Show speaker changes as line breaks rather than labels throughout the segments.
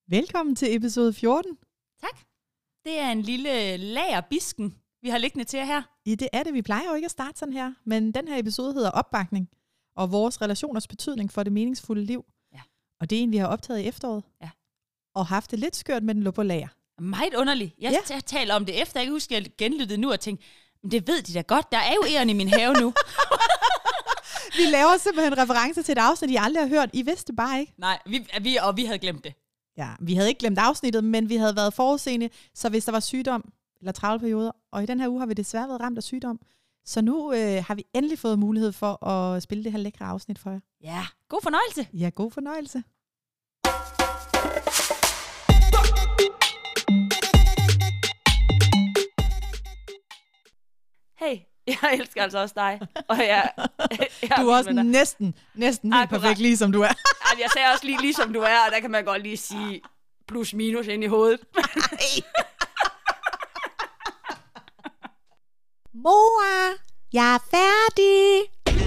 Velkommen til episode 14.
Tak. Det er en lille lagerbisken, vi har liggende til her.
Ja, det er det. Vi plejer jo ikke at starte sådan her, men den her episode hedder Opbakning og vores relationers betydning for det meningsfulde liv.
Ja.
Og det er en, vi har optaget i efteråret.
Ja.
Og haft det lidt skørt med den lå på lager.
Meget underligt. Jeg taler om det efter. Jeg kan huske, at jeg genlyttede nu og tænkte, men det ved de da godt. Der er jo æren i min have nu.
Vi laver simpelthen referencer til et afsnit, I aldrig har hørt. I vidste bare ikke.
Nej, vi havde glemt det.
Ja, vi havde ikke glemt afsnittet, men vi havde været forudseende, så hvis der var sygdom eller travle perioder, og i den her uge har vi desværre været ramt af sygdom, så nu har vi endelig fået mulighed for at spille det her lækre afsnit for jer.
Ja, god fornøjelse.
Ja, god fornøjelse.
Hey, jeg elsker altså også dig. Og jeg
du er også næsten helt perfekt, lige som du er.
Jeg sagde også lige som du er, og der kan man godt lige sige plus minus ind i hovedet.
Mor, jeg er færdig.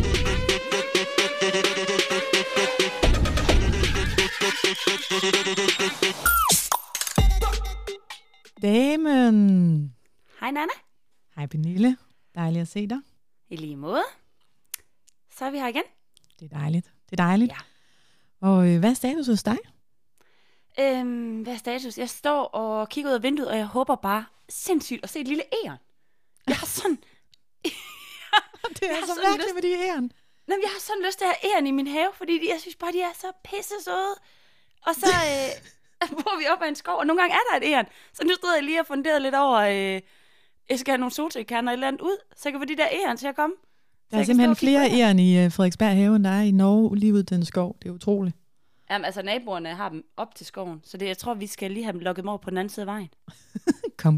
Damen.
Hej Nana.
Hej Pernille. Dejligt at se dig.
I lige måde. Så er vi her igen.
Det er dejligt. Det er dejligt.
Ja.
Og hvad er status hos dig?
Hvad er status? Jeg står og kigger ud af vinduet, og jeg håber bare sindssygt at se et lille æren. Jeg har sådan...
det er så mærkeligt med de æren.
Jeg har sådan lyst til at have æren i min have, fordi jeg synes bare, de er så pisse søde. Og så bor vi op ad en skov, og nogle gange er der et æren. Så nu stod jeg lige og funderede lidt over, jeg skal have nogle solsikkerner et eller andet ud, så jeg kan få de der æren til at komme.
Der er simpelthen flere æren i Frederiksberg have, end der er i Norge lige ud til en skov. Det er utroligt.
Jamen, altså naboerne har dem op til skoven, så jeg tror, vi skal lige have dem lukket over på den anden side af vejen.
Kom.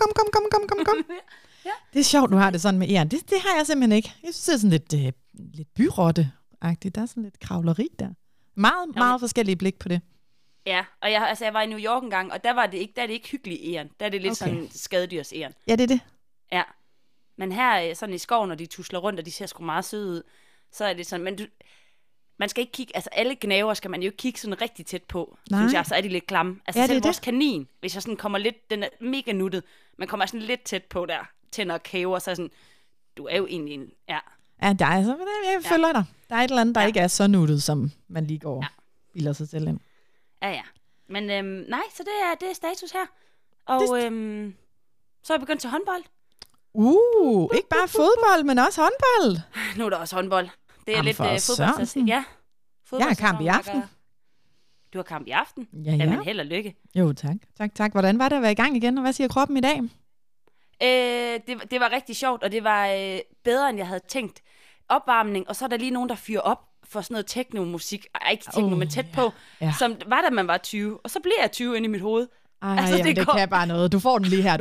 Ja. Det er sjovt, du har det sådan med æren. Det har jeg simpelthen ikke. Jeg synes, det er sådan lidt byrotte-agtigt. Der er sådan lidt kravleri der. Meget forskellige blik på det.
Ja, og jeg var i New York en gang, og der er det ikke hyggelig æren. Der er det lidt sådan skadedyrs æren.
Ja, det er det.
Ja. Men her sådan i skoven, når de tusler rundt, og de ser sgu meget søde ud, så er det sådan, men man skal ikke kigge, altså alle gnaver skal man jo ikke kigge sådan rigtig tæt på, synes jeg, så er de lidt klamme. Altså selv vores kanin, hvis jeg sådan kommer lidt, den er mega nuttet, man kommer sådan lidt tæt på der, tænder og kæver, så sådan, du er jo egentlig en, ja.
Ja, der er så, jeg følger dig. Der er et eller andet, der ikke er så nuttet, som man lige går bilder sig selv ind.
Ja. Men nej, så det er status her. Og så er jeg begyndt til håndbold.
Ikke bare fodbold, men også håndbold.
Nu er der også håndbold. Det er lidt fodbold. Ja.
Jeg har kamp i aften.
Du har kamp i aften?
Ja.
Jamen, held og lykke.
Jo, tak. Hvordan var det at være i gang igen, og hvad siger kroppen i dag?
Det var rigtig sjovt, og det var bedre, end jeg havde tænkt. Opvarmning, og så er der lige nogen, der fyrer op for sådan noget teknomusik. Ikke tekno, men tæt på. Ja. Som var da man var 20. Og så bliver jeg 20 inde i mit hoved.
Det kan bare noget. Du får den lige her.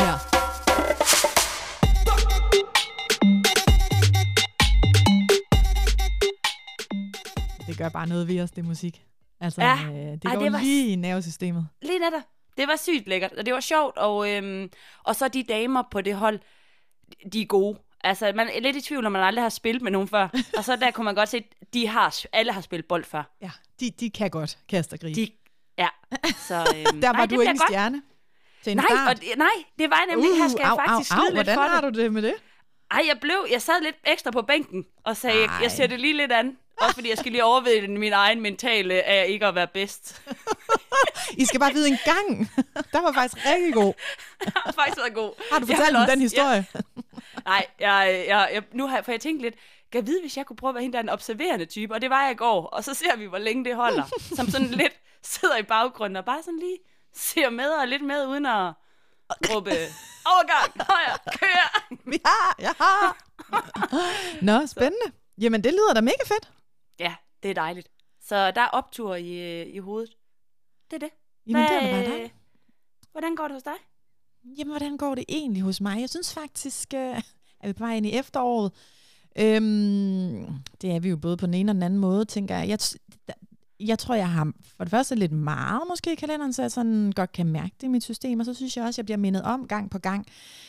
Det gør bare noget ved os, det musik. Altså, det går lige i nervesystemet.
Lige netop. Det var sygt lækkert, og det var sjovt. Og så de damer på det hold, de er gode. Altså, man er lidt i tvivl, når man aldrig har spillet med nogen før. Og så der kunne man godt se, at alle har spillet bold før.
Ja, de kan godt kaste og gribe.
Så,
der var du ikke en stjerne til en start.
Nej, det var nemlig, her skal jeg faktisk slide lidt for det.
Hvordan har du det med det?
Jeg sad lidt ekstra på bænken og sagde, jeg ser det lige lidt an. Også fordi jeg skal lige overvide min egen mentale af ikke at være bedst.
I skal bare vide en gang. Der var faktisk rigtig god.
Det har faktisk været god.
Har du fortalt den historie?
Nej, for jeg tænkte lidt, kan jeg vide, hvis jeg kunne prøve at være hende, der er en observerende type, og det var jeg i går, og så ser vi, hvor længe det holder, som sådan lidt sidder i baggrunden, og bare sådan lige ser med og lidt med, uden at råbe, overgang, højre, kør.
Jeg har. Nå, spændende. Jamen, det lyder da mega fedt.
Ja, det er dejligt. Så der er optur i hovedet. Det er det.
Jamen, det er da bare dig.
Hvordan går det hos dig?
Jamen, hvordan går det egentlig hos mig? Jeg synes faktisk, at vi på vej ind i efteråret. Det er vi jo både på den ene og den anden måde, tænker jeg. Jeg tror, jeg har for det første lidt meget måske i kalenderen, så jeg sådan godt kan mærke det i mit system. Og så synes jeg også, at jeg bliver mindet om gang på gang.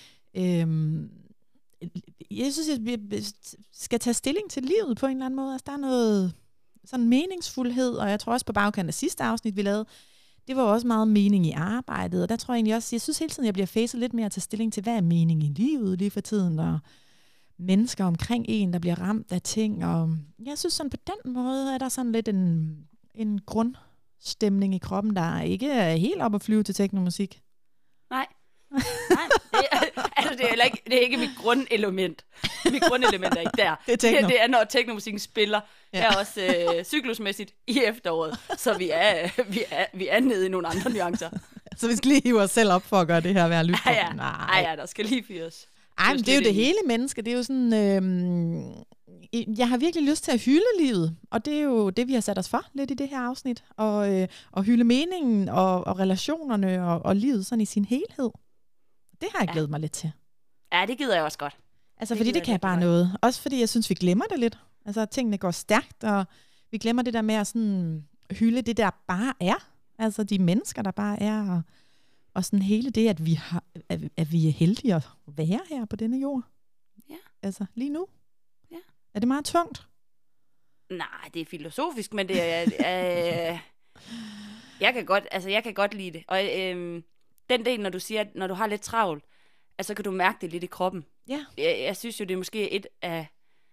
Jeg synes, jeg skal tage stilling til livet på en eller anden måde. Altså, der er noget sådan meningsfuldhed, og jeg tror også på bagkanten af sidste afsnit, vi lavede, det var også meget mening i arbejdet, og der tror jeg egentlig også, jeg synes hele tiden, jeg bliver facet lidt mere at tage stilling til, hvad er mening i livet lige for tiden, og mennesker omkring en, der bliver ramt af ting, og jeg synes sådan på den måde, er der sådan lidt en grundstemning i kroppen, der ikke er helt op at flyve til teknomusik.
Nej, det er ikke mit grundelement. Mit grundelement er ikke der. Det er, når teknomusikken spiller. Ja. Det er også cyklusmæssigt i efteråret, så vi er nede i nogle andre nuancer.
Så vi skal lige hive os selv op for at gøre det her værd at lytte på.
Ja, der skal lige fyres.
Ej, men det er jo det hele menneske. Det er jo sådan, jeg har virkelig lyst til at hylde livet, og det er jo det, vi har sat os for lidt i det her afsnit, og hylde meningen og relationerne og livet sådan i sin helhed. Det har jeg glædet mig lidt til.
Ja, det gider jeg også godt.
Altså, fordi det kan bare noget. Også fordi jeg synes, vi glemmer det lidt. Altså, tingene går stærkt, og vi glemmer det der med at sådan hylde det, der bare er. Altså, de mennesker, der bare er, og sådan hele det, at vi er heldige at være her på denne jord.
Ja.
Altså, lige nu.
Ja.
Er det meget tungt?
Nej, det er filosofisk, men det er jeg kan godt lide det. Og den del, når du siger, at når du har lidt travlt, altså kan du mærke det lidt i kroppen.
Ja.
Jeg synes jo, det er måske et af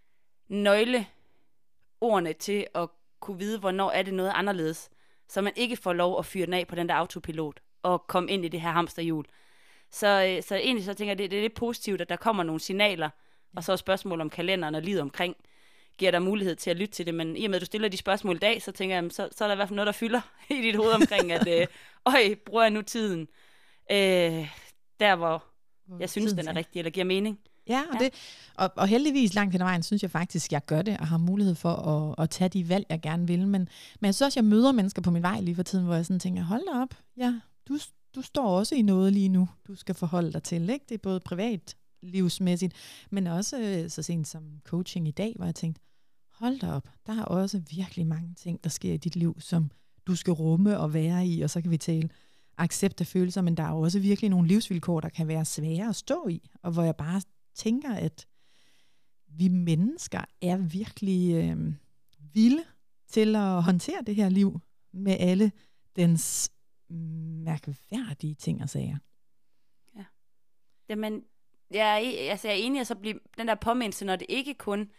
nøgleordene til at kunne vide, hvornår er det noget anderledes, så man ikke får lov at fyre den af på den der autopilot og komme ind i det her hamsterhjul. Så egentlig så tænker jeg, det er lidt positivt, at der kommer nogle signaler, og så er spørgsmål om kalenderen og livet omkring, giver dig mulighed til at lytte til det, men i og med, at du stiller de spørgsmål i dag, så tænker jeg, så er der i hvert fald noget, der fylder i dit hoved omkring, at bruger jeg nu tiden der, hvor jeg synes, den er rigtig, eller giver mening.
Ja, og heldigvis langt hen ad vejen, synes jeg faktisk, jeg gør det, og har mulighed for at tage de valg, jeg gerne vil. Men jeg synes også, jeg møder mennesker på min vej lige for tiden, hvor jeg sådan tænker, hold da op, ja, du står også i noget lige nu, du skal forholde dig til, ikke? Det er både privat, livsmæssigt, men også så sent som coaching i dag, hvor jeg tænkte, hold da op, der er også virkelig mange ting, der sker i dit liv, som du skal rumme og være i, og så kan vi tale accept af følelser, men der er også virkelig nogle livsvilkår, der kan være svære at stå i, og hvor jeg bare tænker, at vi mennesker er virkelig vilde til at håndtere det her liv med alle dens mærkværdige ting og sager.
Ja. Jamen, jeg er enig, at så bliver den der påmindelse, når det ikke kun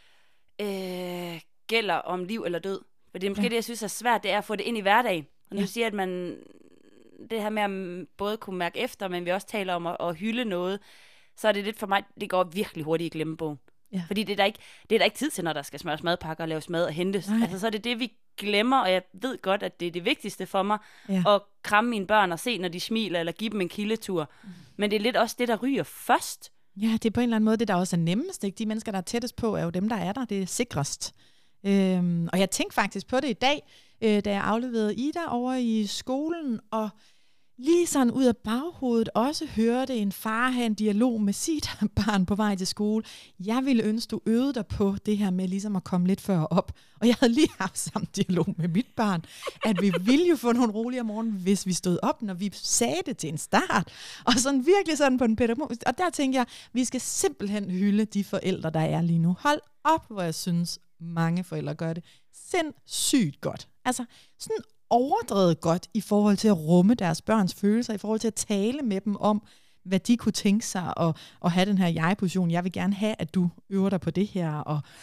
gælder om liv eller død. For det er måske det, jeg synes er svært, det er at få det ind i hverdagen. Og nu siger at man, det her med at både kunne mærke efter, men vi også taler om at hylde noget, så er det lidt for mig, det går virkelig hurtigt i glemmebogen. Ja. Fordi det er der ikke tid til, når der skal smøres madpakker og laves mad og hentes. Altså, så er det, vi glemmer, og jeg ved godt, at det er det vigtigste for mig, at kramme mine børn og se, når de smiler, eller give dem en kildetur. Men det er lidt også det, der ryger først. Ja, det er på en eller anden måde det, der også er nemmest. Ikke? De mennesker, der er tættest på, er jo dem, der er der. Det er sikrest. Og jeg tænkte faktisk på det i dag, da jeg afleverede Ida over i skolen, og lige sådan ud af baghovedet også hørte en far have en dialog med sit barn på vej til skole. Jeg ville ønske, du øvede dig på det her med ligesom at komme lidt før op. Og jeg havde lige haft samme dialog med mit barn, at vi ville jo få nogle roligere morgen, hvis vi stod op, når vi sagde det til en start. Og sådan virkelig sådan på en pædagog. Og der tænker jeg, vi skal simpelthen hylde de forældre, der er lige nu. Hold op, hvor jeg synes, mange forældre gør det sindssygt godt. Altså sådan overdrevet godt i forhold til at rumme deres børns følelser, i forhold til at tale med dem om, hvad de kunne tænke sig, og have den her jeg-position. Jeg vil gerne have, at du øver dig på det her.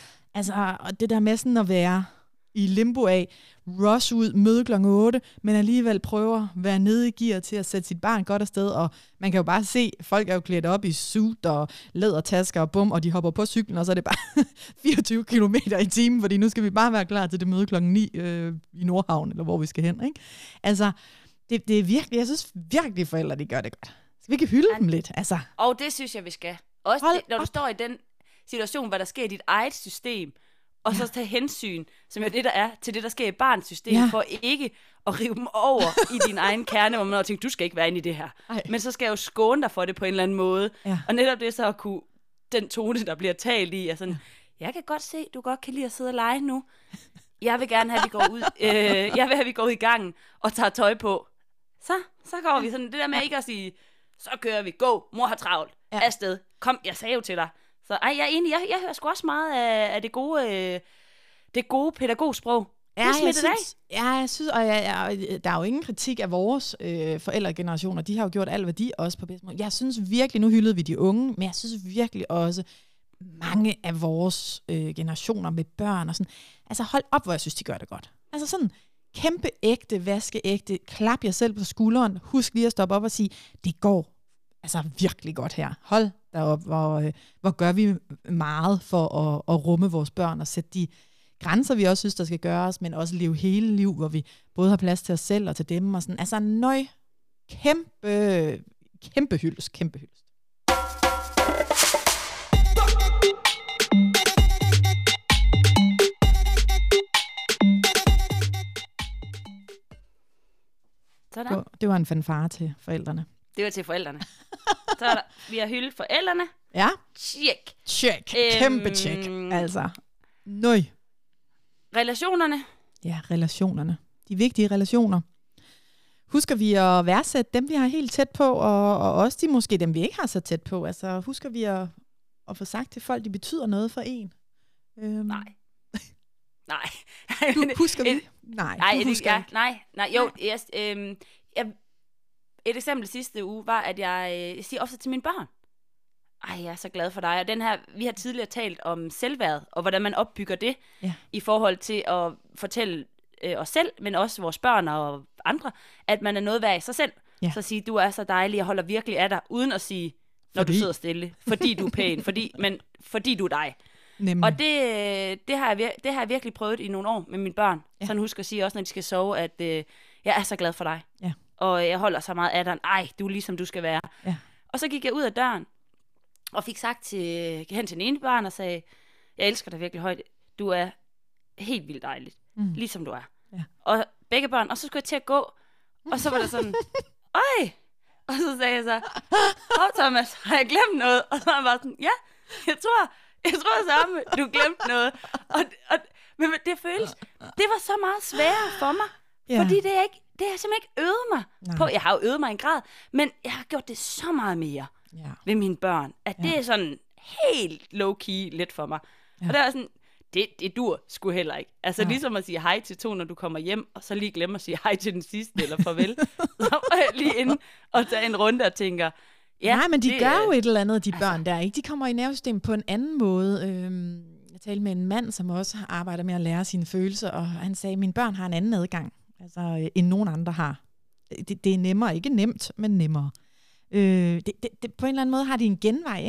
Og det der med sådan at være i limbo af, rush ud, møde kl. 8, men alligevel prøver at være nede i gear til at sætte sit barn godt afsted, og man kan jo bare se, folk er jo klædt op i suit og lædertasker og bum, og de hopper på cyklen, og så er det bare 24 km i timen, fordi nu skal vi bare være klar til det møde kl. 9 i Nordhavn, eller hvor vi skal hen, ikke? Altså, det er virkelig, jeg synes virkelig forældre, de gør det godt. Så vi kan hylde dem lidt, altså. Og det synes jeg, vi skal. Også det, når du står i den situation, hvad der sker i dit eget system, og så tage hensyn, som er det, der er, til det, der sker i barns system, for ikke at rive dem over i din egen kerne, hvor man tænker, du skal ikke være inde i det her. Ej. Men så skal jeg jo skåne dig for det på en eller anden måde. Ja. Og netop det så at kunne, den tone, der bliver talt i, er sådan, jeg kan godt se, du godt kan lide at sidde og lege nu. Jeg vil gerne have, at vi går ud. Jeg vil have, at vi går ud i gangen og tager tøj på. Så går vi sådan, det der med ikke at sige, så kører vi, go, mor har travlt, afsted, kom, jeg sagde jo til dig. Så jeg er enig, jeg hører sgu også meget af det gode pædagogsprog.
Jeg synes, og der er jo ingen kritik af vores forældregenerationer. De har jo gjort alt, hvad de også på bedste måde. Jeg synes virkelig, nu hyldede vi de unge, men jeg synes virkelig også, mange af vores generationer med børn og sådan, altså hold op, hvor jeg synes, de gør det godt. Altså sådan kæmpe ægte, vaskeægte, klap jer selv på skulderen, husk lige at stoppe op og sige, det går altså virkelig godt her. Hold derop, hvor gør vi meget for at rumme vores børn og sætte de grænser, vi også synes, der skal gøres, men også leve hele liv, hvor vi både har plads til os selv og til dem og sådan. Altså kæmpe hyldest.
Sådan.
Det var en fanfare til forældrene.
Det var til forældrene. Så er der, vi har hyldet forældrene.
Ja.
Check.
Kæmpe check. Altså. Nøj.
Relationerne.
Ja, relationerne. De vigtige relationer. Husker vi at værdsætte dem, vi har helt tæt på, og også de måske dem, vi ikke har så tæt på. Altså, husker vi at få sagt til folk, de betyder noget for en?
Nej.
Du husker vi? Nej. Jo, et eksempel sidste uge var, at jeg siger ofte til mine børn, jeg er så glad for dig. Og den her, vi har tidligere talt om selvværd, og hvordan man opbygger det i forhold til at fortælle os selv, men også vores børn og andre, at man er noget værd i sig selv. Ja. Så sige, du er så dejlig, jeg holder virkelig af dig, uden at sige, når du sidder stille, fordi du er pæn, men fordi du er dig. Nemlig. Og det har jeg virkelig prøvet i nogle år med mine børn. Ja. Sådan husk at sige også, når de skal sove, at jeg er så glad for dig. Ja. Og jeg holder så meget af dig. Du er ligesom du skal være. Ja. Og så gik jeg ud af døren, og fik sagt hen til den ene barn og sagde, jeg elsker dig virkelig højt. Du er helt vildt dejligt, ligesom du er. Ja. Og begge børn, og så skulle jeg til at gå, og så var der sådan, øj! Og så sagde jeg så, Thomas, har jeg glemt noget? Og så var jeg bare sådan, ja, jeg tror samme, du glemte noget. Men det føles, det var så meget sværere for mig, fordi det har jeg simpelthen ikke øvet mig på. Jeg har jo øvet mig en grad, men jeg har gjort det så meget mere ved mine børn, at det er sådan helt low-key lidt for mig. Ja. Og det er sådan, det dur sgu heller ikke. Altså ligesom at sige hej til to, når du kommer hjem, og så lige glemme at sige hej til den sidste, eller farvel. Så var jeg lige inde og tage en runde og tænker, nej, men de gør jo et eller andet, de børn der, ikke? De kommer i nervesystemet på en anden måde. Jeg talte med en mand, som også arbejder med at lære sine følelser, og han sagde, at mine børn har en anden adgang, end nogen andre har. Det er nemmere, ikke nemt, men nemmere. På en eller anden måde har de en genvej,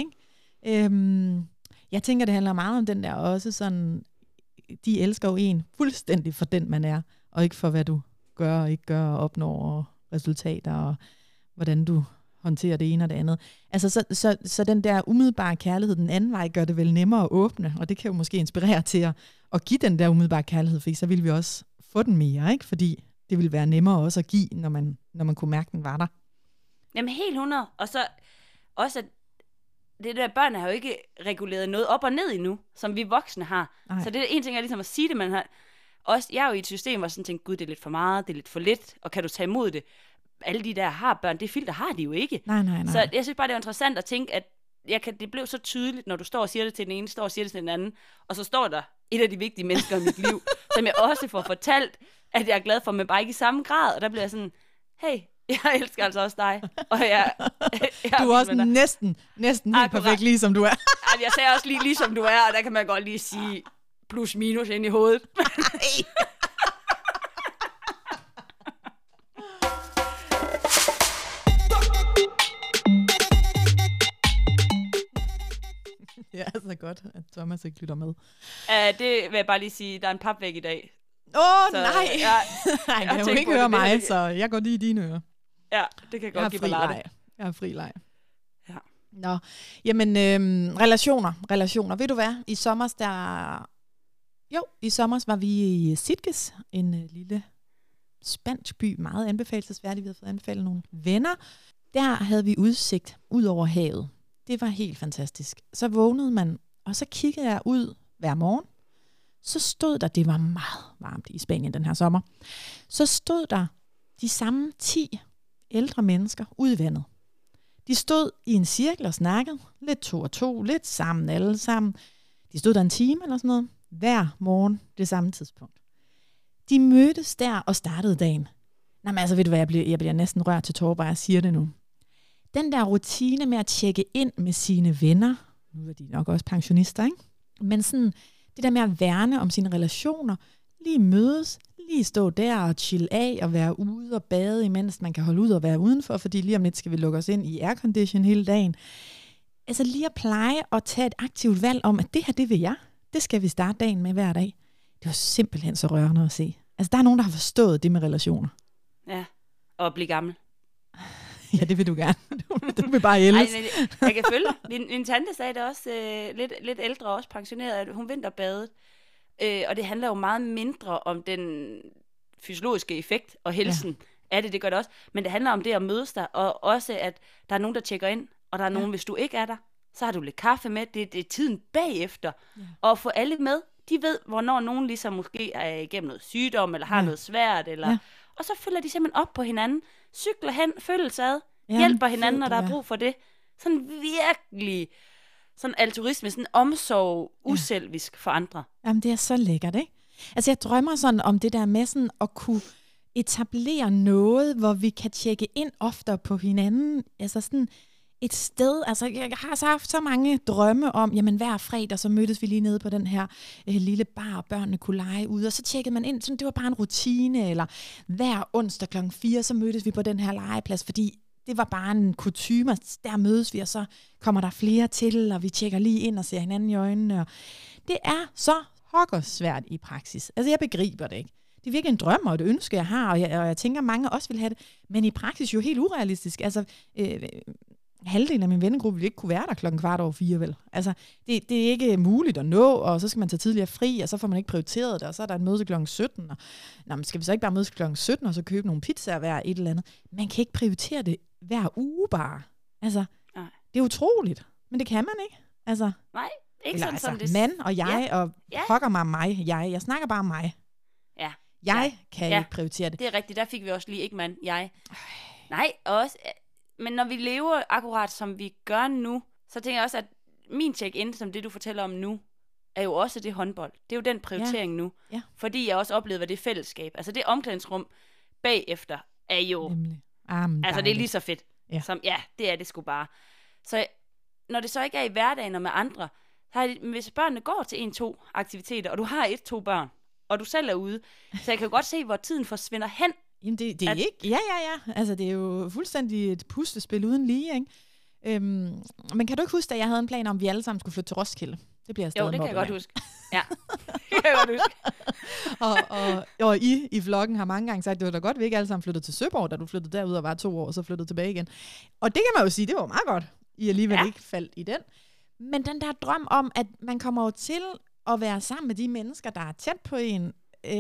ikke? Jeg tænker, det handler meget om den der også sådan, de elsker jo en fuldstændig for den, man er, og ikke for, hvad du gør og ikke gør og opnår, og resultater, og hvordan du håndterer det ene og det andet. Altså, så den der umiddelbare kærlighed den anden vej, gør det vel nemmere at åbne, og det kan jo måske inspirere til at give den der umiddelbare kærlighed, for så vil vi også få den mere, ikke? Fordi det vil være nemmere også at give, når man kunne mærke, den var der.
Jamen helt 100. Og så også, at det der børn har jo ikke reguleret noget op og ned endnu, som vi voksne har. Nej. Så det er en ting er ligesom at sige det, man har. Også, jeg er jo i et system, hvor sådan tænker, gud, det er lidt for meget, det er lidt for lidt, og kan du tage imod det? Alle de der har børn, det filter har de jo ikke.
Nej.
Så jeg synes bare, det er interessant at tænke, at det blev så tydeligt, når du står og siger det til den ene, står og siger det til den anden, og så står der et af de vigtige mennesker i mit liv, som jeg også får fortalt, at jeg er glad for, men bare ikke i samme grad. Og der bliver jeg sådan, hey, jeg elsker altså også dig. Og jeg
du er også næsten helt perfekt, lige som du er.
Jeg sagde også lige som du er, og der kan man godt lige sige plus minus ind i hovedet.
Ja, så godt, at Thomas ikke lytter med.
Det vil jeg bare lige sige, der er en papvæg i dag.
Nej! Nej, jeg kan jo ikke høre mig, så jeg går lige i dine ører.
Ja, det kan godt give mig leg.
Jeg har fri leg.
Ja.
Nå, jamen relationer. Ved du hvad? I sommers var vi i Sitges, en lille spansk by, meget anbefalelsesværdig. Vi havde fået anbefalet nogle venner. Der havde vi udsigt ud over havet. Det var helt fantastisk. Så vågnede man, og så kiggede jeg ud hver morgen. Så stod der, det var meget varmt i Spanien den her sommer, så stod der de samme 10 ældre mennesker ude i vandet. De stod i en cirkel og snakkede, lidt 2 og 2, lidt sammen alle sammen. De stod der en time eller sådan noget, hver morgen det samme tidspunkt. De mødtes der og startede dagen. Nå, men altså, ved du hvad, jeg bliver næsten rørt til tårer, bare jeg siger det nu. Den der rutine med at tjekke ind med sine venner, nu er de nok også pensionister, ikke? Men sådan, det der med at værne om sine relationer, lige mødes, lige stå der og chill af og være ude og bade, imens man kan holde ud og være udenfor, fordi lige om lidt skal vi lukke os ind i aircondition hele dagen. Altså lige at pleje og tage et aktivt valg om, at det her, det vil jeg. Det skal vi starte dagen med hver dag. Det var simpelthen så rørende at se. Altså der er nogen, der har forstået det med relationer.
Ja, og at blive gammel.
Ja, det vil du gerne. Du vil bare ældes.
Jeg kan følge. Min tante sagde det også, lidt ældre, også pensioneret, at hun vinterbadede. Og det handler jo meget mindre om den fysiologiske effekt og helsen af det gør det også. Men det handler om det at mødes der, og også at der er nogen, der tjekker ind, og der er nogen, hvis du ikke er der, så har du lidt kaffe med. Det er tiden bagefter. Ja. Og få alle med, de ved, hvornår nogen ligesom måske er igennem noget sygdom, eller har noget svært, eller... Og så følger de simpelthen op på hinanden, cykler hen, følges ad, hjælper hinanden, når der er brug for det. Sådan virkelig sådan altruisme, sådan omsorg, uselvisk for andre.
Jamen, det er så lækkert, ikke? Altså, jeg drømmer sådan om det der med sådan at kunne etablere noget, hvor vi kan tjekke ind oftere på hinanden. Altså sådan et sted, altså jeg har så haft så mange drømme om, jamen hver fredag, så mødtes vi lige nede på den her lille bar, og børnene kunne lege ude, og så tjekkede man ind, sådan, det var bare en rutine, eller hver onsdag 4:00, så mødtes vi på den her legeplads, fordi det var bare en kutyme, der mødes vi, og så kommer der flere til, og vi tjekker lige ind og ser hinanden i øjnene, og det er så svært i praksis. Altså jeg begriber det ikke. Det er virkelig en drøm og et ønske, jeg har, og jeg tænker, mange også vil have det, men i praksis jo helt urealistisk. Altså, halvdelen af min vennegruppe vil ikke kunne være der 4:15, vel? Altså, det er ikke muligt at nå, og så skal man tage tidligere fri, og så får man ikke prioriteret det, og så er der en møde til 17, og men skal vi så ikke bare mødes 17, og så købe nogle pizzaer hver et eller andet? Man kan ikke prioritere det hver uge bare. Altså, det er utroligt, men det kan man ikke. Altså,
nej, ikke
eller,
sådan
altså,
som det...
mand og jeg, og pokker mig mig, jeg snakker bare om mig.
Ja.
Jeg kan ikke prioritere det.
Det er rigtigt, der fik vi også lige ikke mand, jeg. Nej, også... Men når vi lever akkurat som vi gør nu, så tænker jeg også, at min check-in, som det du fortæller om nu, er jo også det håndbold. Det er jo den prioritering nu. Ja. Fordi jeg også oplevede, hvad det fællesskab. Altså det omklædningsrum bagefter er jo... altså det er lige så fedt. Ja. Som, det er det sgu bare. Så når det så ikke er i hverdagen og med andre, hvis børnene går til 1-2 aktiviteter, og du har 1-2 børn, og du selv er ude, så jeg kan jo godt se, hvor tiden forsvinder hen.
Jamen det er ikke... Ja. Altså det er jo fuldstændig et puslespil uden lige, ikke? Men kan du ikke huske, at jeg havde en plan om, at vi alle sammen skulle flytte til Roskilde? Det bliver jeg stadig.
Jo, det kan jeg godt huske. Ja, det kan jeg godt huske.
og I vloggen har mange gange sagt, at det var da godt, at vi ikke alle sammen flyttede til Søborg, da du flyttede derud og var 2 år, og så flyttede tilbage igen. Og det kan man jo sige, det var meget godt, I alligevel ikke faldt i den. Men den der drøm om, at man kommer jo til at være sammen med de mennesker, der er tæt på en,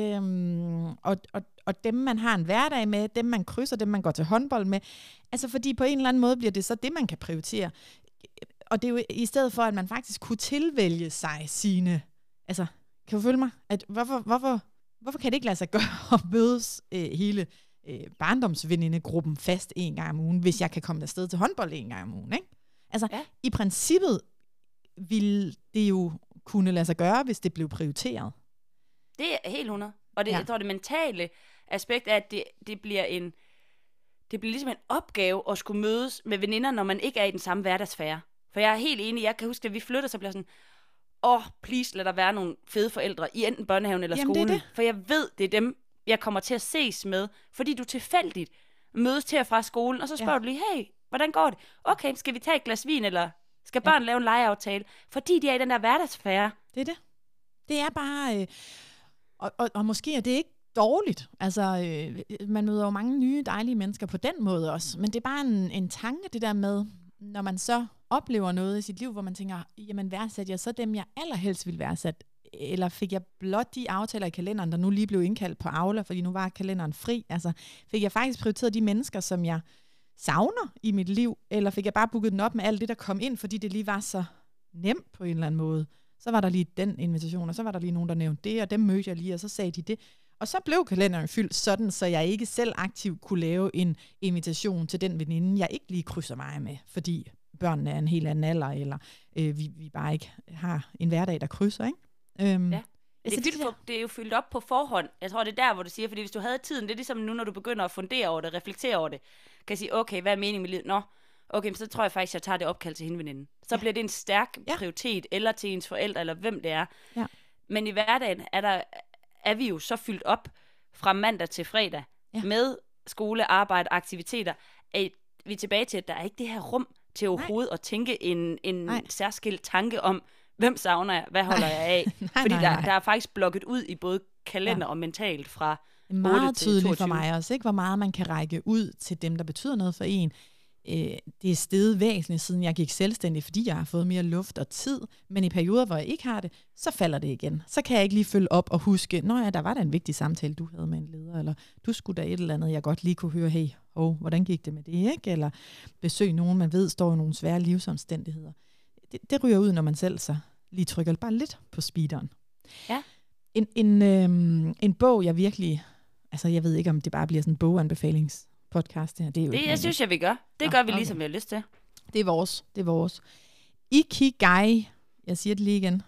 og dem, man har en hverdag med, dem, man krydser, dem, man går til håndbold med. Altså, fordi på en eller anden måde bliver det så det, man kan prioritere. Og det er jo i stedet for, at man faktisk kunne tilvælge sig sine... Altså, kan du følge mig? At hvorfor kan det ikke lade sig gøre at mødes hele barndomsvenindegruppen fast 1 gang om ugen, hvis jeg kan komme afsted til håndbold 1 gang om ugen, ikke? Altså, i princippet ville det jo kunne lade sig gøre, hvis det blev prioriteret.
Det er helt 100. Og det, jeg tror, det mentale aspekt er, at det bliver ligesom en opgave at skulle mødes med veninder, når man ikke er i den samme hverdagssfære. For jeg er helt enig, jeg kan huske, at vi flytter, så bliver sådan, please, lad der være nogle fede forældre i enten børnehaven eller skolen. Det. For jeg ved, det er dem, jeg kommer til at ses med, fordi du tilfældigt mødes til og fra skolen, og så spørger du lige, hey, hvordan går det? Okay, skal vi tage et glas vin, eller skal børn lave en legeaftale? Fordi de er i den der hverdagssfære.
Det er det. Det er bare... Og måske er det ikke dårligt. Altså, man møder jo mange nye, dejlige mennesker på den måde også. Men det er bare en tanke, det der med, når man så oplever noget i sit liv, hvor man tænker, jamen værdsætter jeg så dem, jeg allerhelst vil værdsætte? Eller fik jeg blot de aftaler i kalenderen, der nu lige blev indkaldt på Aula, fordi nu var kalenderen fri? Altså, fik jeg faktisk prioriteret de mennesker, som jeg savner i mit liv? Eller fik jeg bare booket den op med alt det, der kom ind, fordi det lige var så nemt på en eller anden måde? Så var der lige den invitation, og så var der lige nogen, der nævnte det, og dem mødte jeg lige, og så sagde de det. Og så blev kalenderen fyldt sådan, så jeg ikke selv aktivt kunne lave en invitation til den veninde, jeg ikke lige krydser mig med, fordi børnene er en helt anden alder, eller vi bare ikke har en hverdag, der krydser, ikke?
Det er jo fyldt op på forhånd. Jeg tror, det er der, hvor du siger, fordi hvis du havde tiden, det er ligesom nu, når du begynder at fundere over det, reflektere over det, kan sige, okay, hvad er meningen med livet? Nå, okay, så tror jeg faktisk, jeg tager det opkald til hende veninden. Så bliver det en stærk prioritet, eller til ens forældre, eller hvem det er. Ja. Men i hverdagen er vi jo så fyldt op fra mandag til fredag med skole, arbejde, aktiviteter, at vi er tilbage til, at der er ikke det her rum til overhovedet at tænke en særskilt tanke om, hvem savner jeg, hvad holder jeg af? Fordi der er faktisk blokket ud i både kalender og mentalt fra 8 til 22.
Meget tydeligt for mig også, ikke? Hvor meget man kan række ud til dem, der betyder noget for en. Det er steget væsentligt, siden jeg gik selvstændig, fordi jeg har fået mere luft og tid. Men i perioder, hvor jeg ikke har det, så falder det igen. Så kan jeg ikke lige følge op og huske, der var da en vigtig samtale, du havde med en leder, eller du skulle da et eller andet, jeg godt lige kunne høre, hey, hvordan gik det med det, ikke? Eller besøg nogen, man ved, står i nogle svære livsomstændigheder. Det ryger ud, når man selv så lige trykker bare lidt på speederen.
Ja.
En bog, jeg virkelig, altså jeg ved ikke, om det bare bliver sådan en boganbefalingspodcast. Det er jo
det, jeg synes, jeg vil gøre. Det gør vi lige, som vi har lyst til.
Det er vores. Ikigai, jeg siger det lige igen.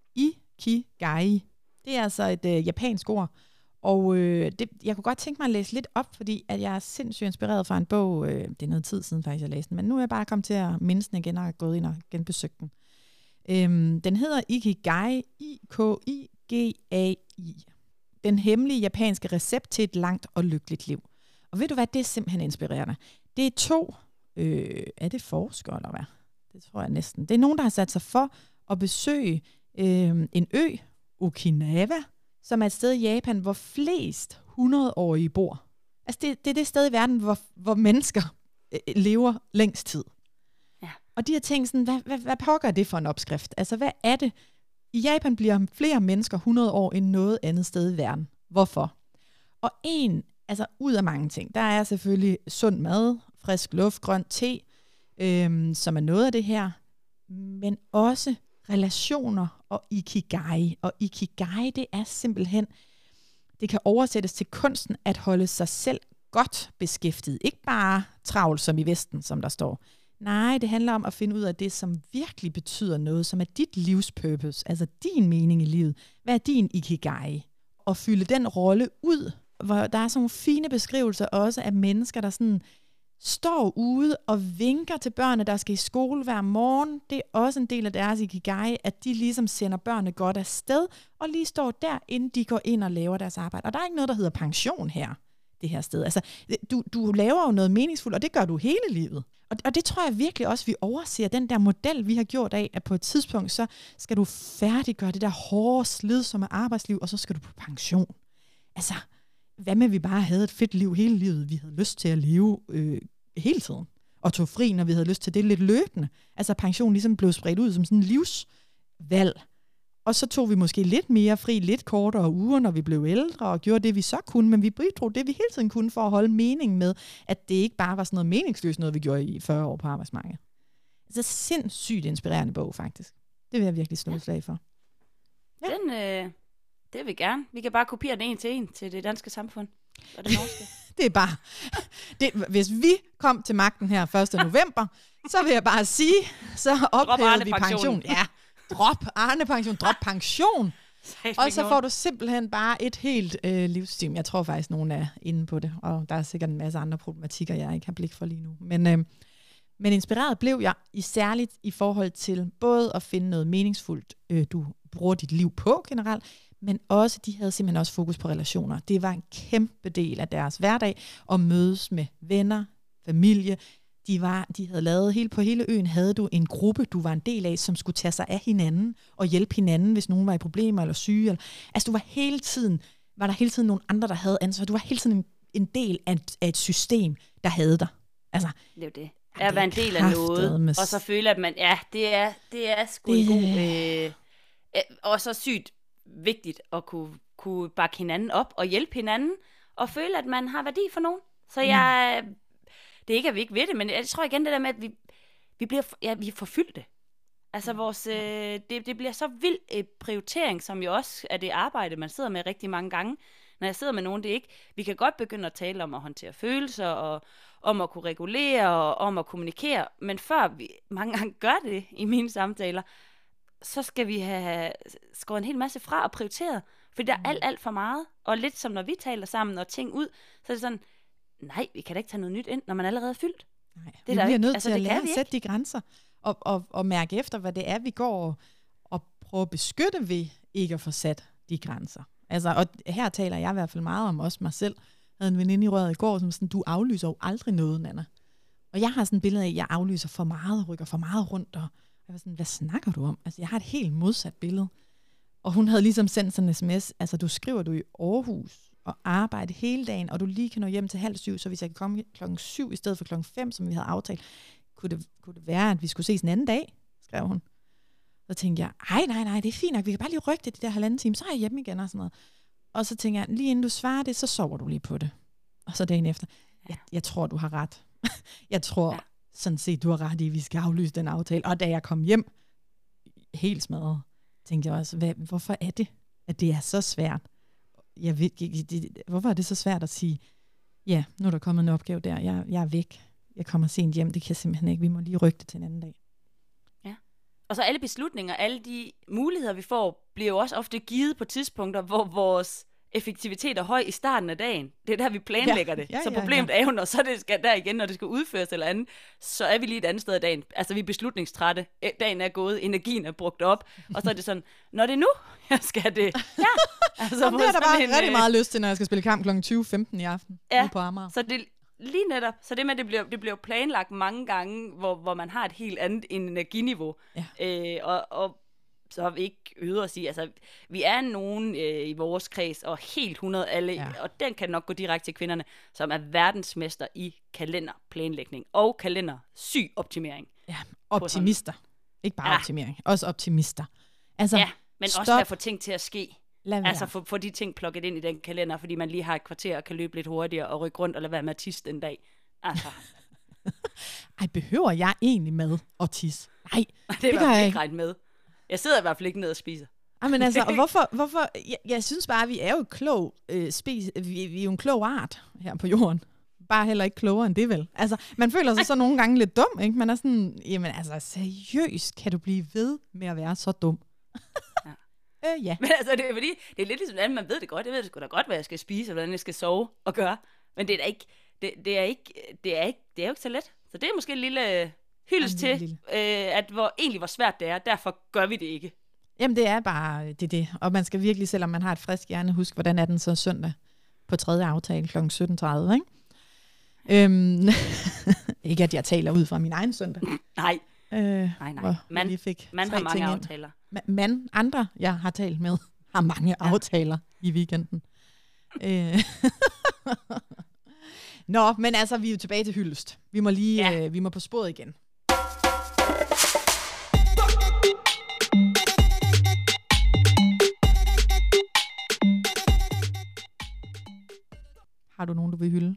Ikigai. Det er altså et japansk ord. Og jeg kunne godt tænke mig at læse lidt op, fordi at jeg er sindssygt inspireret fra en bog. Det er noget tid siden faktisk, jeg læste den. Men nu er jeg bare kommet til at mindes den igen og gået ind og genbesøgt den. Den hedder Ikigai, I-K-I-G-A-I. Den hemmelige japanske recept til et langt og lykkeligt liv. Og ved du hvad, det er simpelthen inspirerende. Det er 2, er det forskere eller hvad? Det tror jeg næsten. Det er nogen, der har sat sig for at besøge en ø, Okinawa, som er et sted i Japan, hvor flest 100-årige bor. Altså det er det sted i verden, hvor mennesker lever længst tid.
Ja.
Og de har tænkt sådan, hvad pokker det for en opskrift? Altså hvad er det? I Japan bliver flere mennesker 100 år end noget andet sted i verden. Hvorfor? Og ud af mange ting, der er selvfølgelig sund mad, frisk luft, grøn te, som er noget af det her, men også relationer og ikigai. Og ikigai, det er simpelthen, det kan oversættes til kunsten at holde sig selv godt beskæftiget. Ikke bare travlt som i Vesten, som der står. Nej, det handler om at finde ud af det, som virkelig betyder noget, som er dit livspurpose, altså din mening i livet. Hvad er din ikigai? Og fylde den rolle ud, hvor der er sådan nogle fine beskrivelser også af mennesker, der sådan står ude og vinker til børnene, der skal i skole hver morgen. Det er også en del af deres ikigai, at de ligesom sender børnene godt afsted, og lige står der, inden de går ind og laver deres arbejde. Og der er ikke noget, der hedder pension her, det her sted. Altså, du laver jo noget meningsfuldt, og det gør du hele livet. Og det tror jeg virkelig også, vi overser den der model, vi har gjort af, at på et tidspunkt, så skal du færdiggøre det der hårde, slidsomme arbejdsliv, og så skal du på pension. Altså, hvad med vi bare havde et fedt liv hele livet, vi havde lyst til at leve hele tiden, og tog fri, når vi havde lyst til det lidt løbende. Altså pension ligesom blev spredt ud som sådan en livsvalg. Og så tog vi måske lidt mere fri, lidt kortere uger, når vi blev ældre, og gjorde det, vi så kunne, men vi bidrog det, vi hele tiden kunne, for at holde mening med, at det ikke bare var sådan noget meningsløst, noget vi gjorde i 40 år på arbejdsmarkedet. Altså sindssygt inspirerende bog, faktisk. Det vil jeg virkelig slå et slag for.
Ja. Det vil vi gerne. Vi kan bare kopiere den en til det danske samfund. Og det norske.
Det er bare... hvis vi kom til magten her 1. november, så vil jeg bare sige, så ophævede vi pension. Ja, drop Arne-pension, drop pension. Og så får du simpelthen bare et helt livsstil. Jeg tror faktisk, nogen er inde på det, og der er sikkert en masse andre problematikker, jeg ikke har blik for lige nu. Men inspireret blev jeg særligt i forhold til både at finde noget meningsfuldt, du bruger dit liv på generelt, men også, de havde simpelthen også fokus på relationer. Det var en kæmpe del af deres hverdag, at mødes med venner, familie. De havde lavet, på hele øen havde du en gruppe, du var en del af, som skulle tage sig af hinanden, og hjælpe hinanden, hvis nogen var i problemer eller syge. Altså, var der hele tiden nogle andre, der havde ansvar. Du var hele tiden en del af et system, der havde dig. Altså,
det er det. At være en del af noget, og så føle, at man, det er sgu en god... og så sygt vigtigt at kunne bakke hinanden op og hjælpe hinanden og føle, at man har værdi for nogen. Så det er ikke, at vi ikke ved det, men jeg tror igen det der med, at vi er forfyldte. Altså det bliver så vild prioritering, som jo også er det arbejde, man sidder med rigtig mange gange. Når jeg sidder med nogen, det er ikke... Vi kan godt begynde at tale om at håndtere følelser, og om at kunne regulere, og om at kommunikere, men før vi mange gange gør det i mine samtaler, så skal vi have skåret en hel masse fra og prioriteret. Fordi der er alt for meget. Og lidt som når vi taler sammen og ting ud, så er det sådan, nej, vi kan da ikke tage noget nyt ind, når man allerede er fyldt.
Nej, vi bliver nødt til at lære at sætte de grænser, og mærke efter, hvad det er, vi går og prøver at beskytte ved ikke at få sat de grænser. Altså, og her taler jeg i hvert fald meget om også mig selv. Jeg havde en veninde i røret i går, som sådan, du aflyser jo aldrig noget, Nanna. Og jeg har sådan et billede af, at jeg aflyser for meget og rykker for meget rundt, og jeg var sådan, hvad snakker du om? Altså, jeg har et helt modsat billede. Og hun havde ligesom sendt sådan en sms, altså, du skriver du i Aarhus og arbejde hele dagen, og du lige kan nå hjem til 6:30, så hvis jeg kan komme 7:00 i stedet for 5:00, som vi havde aftalt, kunne det være, at vi skulle ses en anden dag, skrev hun. Så tænkte jeg, nej, det er fint nok, vi kan bare lige rykke det de der 1,5 time, så er jeg hjemme igen og sådan noget. Og så tænker jeg, lige inden du svarer det, så sover du lige på det. Og så dagen efter, jeg tror, du har ret. Jeg tror sådan set, du har ret i, at vi skal aflyse den aftale. Og da jeg kom hjem, helt smadret, tænkte jeg også, hvorfor er det, at det er så svært? Hvorfor er det så svært at sige, ja, nu er der kommet en opgave der, jeg er væk, jeg kommer sent hjem, det kan jeg simpelthen ikke, vi må lige rykke det til en anden dag.
Ja. Og så alle beslutninger, alle de muligheder, vi får, bliver jo også ofte givet på tidspunkter, hvor vores effektivitet er høj i starten af dagen. Det er der, vi planlægger det. Så problemet er jo, når så det skal der igen, når det skal udføres eller andet, så er vi lige et andet sted af dagen. Altså, vi er beslutningstrætte. Dagen er gået, energien er brugt op, og så er det sådan, når det er nu, jeg skal det. Ja. Altså,
det er der bare rigtig meget lyst til, når jeg skal spille kamp kl. 20:15 i aften.
Ja,
på Amager.
Så det lige netop. Så det med, det bliver planlagt mange gange, hvor man har et helt andet energiniveau. Ja. Og så har vi ikke øvet os i, altså, vi er nogen i vores kreds, og helt 100 alle, og den kan nok gå direkte til kvinderne, som er verdensmester i kalenderplanlægning og kalendersygoptimering.
Ja, optimister. Ikke bare optimering, også optimister. Altså,
ja, men også at få ting til at ske. Altså få de ting plukket ind i den kalender, fordi man lige har et kvarter og kan løbe lidt hurtigere og rykke rundt og lade være med at tisse den dag. Altså.
Ej, behøver jeg egentlig med at tisse? Nej,
det kan jeg ikke regne med. Jeg sidder i hvert fald ikke ned og spiser.
Men altså, og hvorfor jeg synes bare, at vi er jo klog, vi er jo en klog art her på jorden. Bare heller ikke klogere end det, vel? Altså, man føler sig så nogle gange lidt dum, ikke? Man er sådan, jamen altså, seriøst, kan du blive ved med at være så dum? Ja.
Men altså, det er fordi, det er lidt ligesom andet, man ved det godt. Jeg ved det sgu da godt, hvad jeg skal spise, og hvordan jeg skal sove og gøre. Men det er da ikke, det er jo ikke så let. Så det er måske en lille hyldest til, at hvor svært det er. Derfor gør vi det ikke.
Jamen, det er bare det. Og man skal virkelig, selvom man har et frisk hjerne, huske, hvordan er den så søndag på 3. aftale kl. 17:30, ikke? Ikke, at jeg taler ud fra min egen søndag.
Nej. Nej. Man har mange aftaler.
Andre, jeg har talt med, har mange aftaler i weekenden. Nå, men altså, vi er jo tilbage til hyldest. Vi må lige, vi må på sporet igen. Har du nogen, du vil hylde?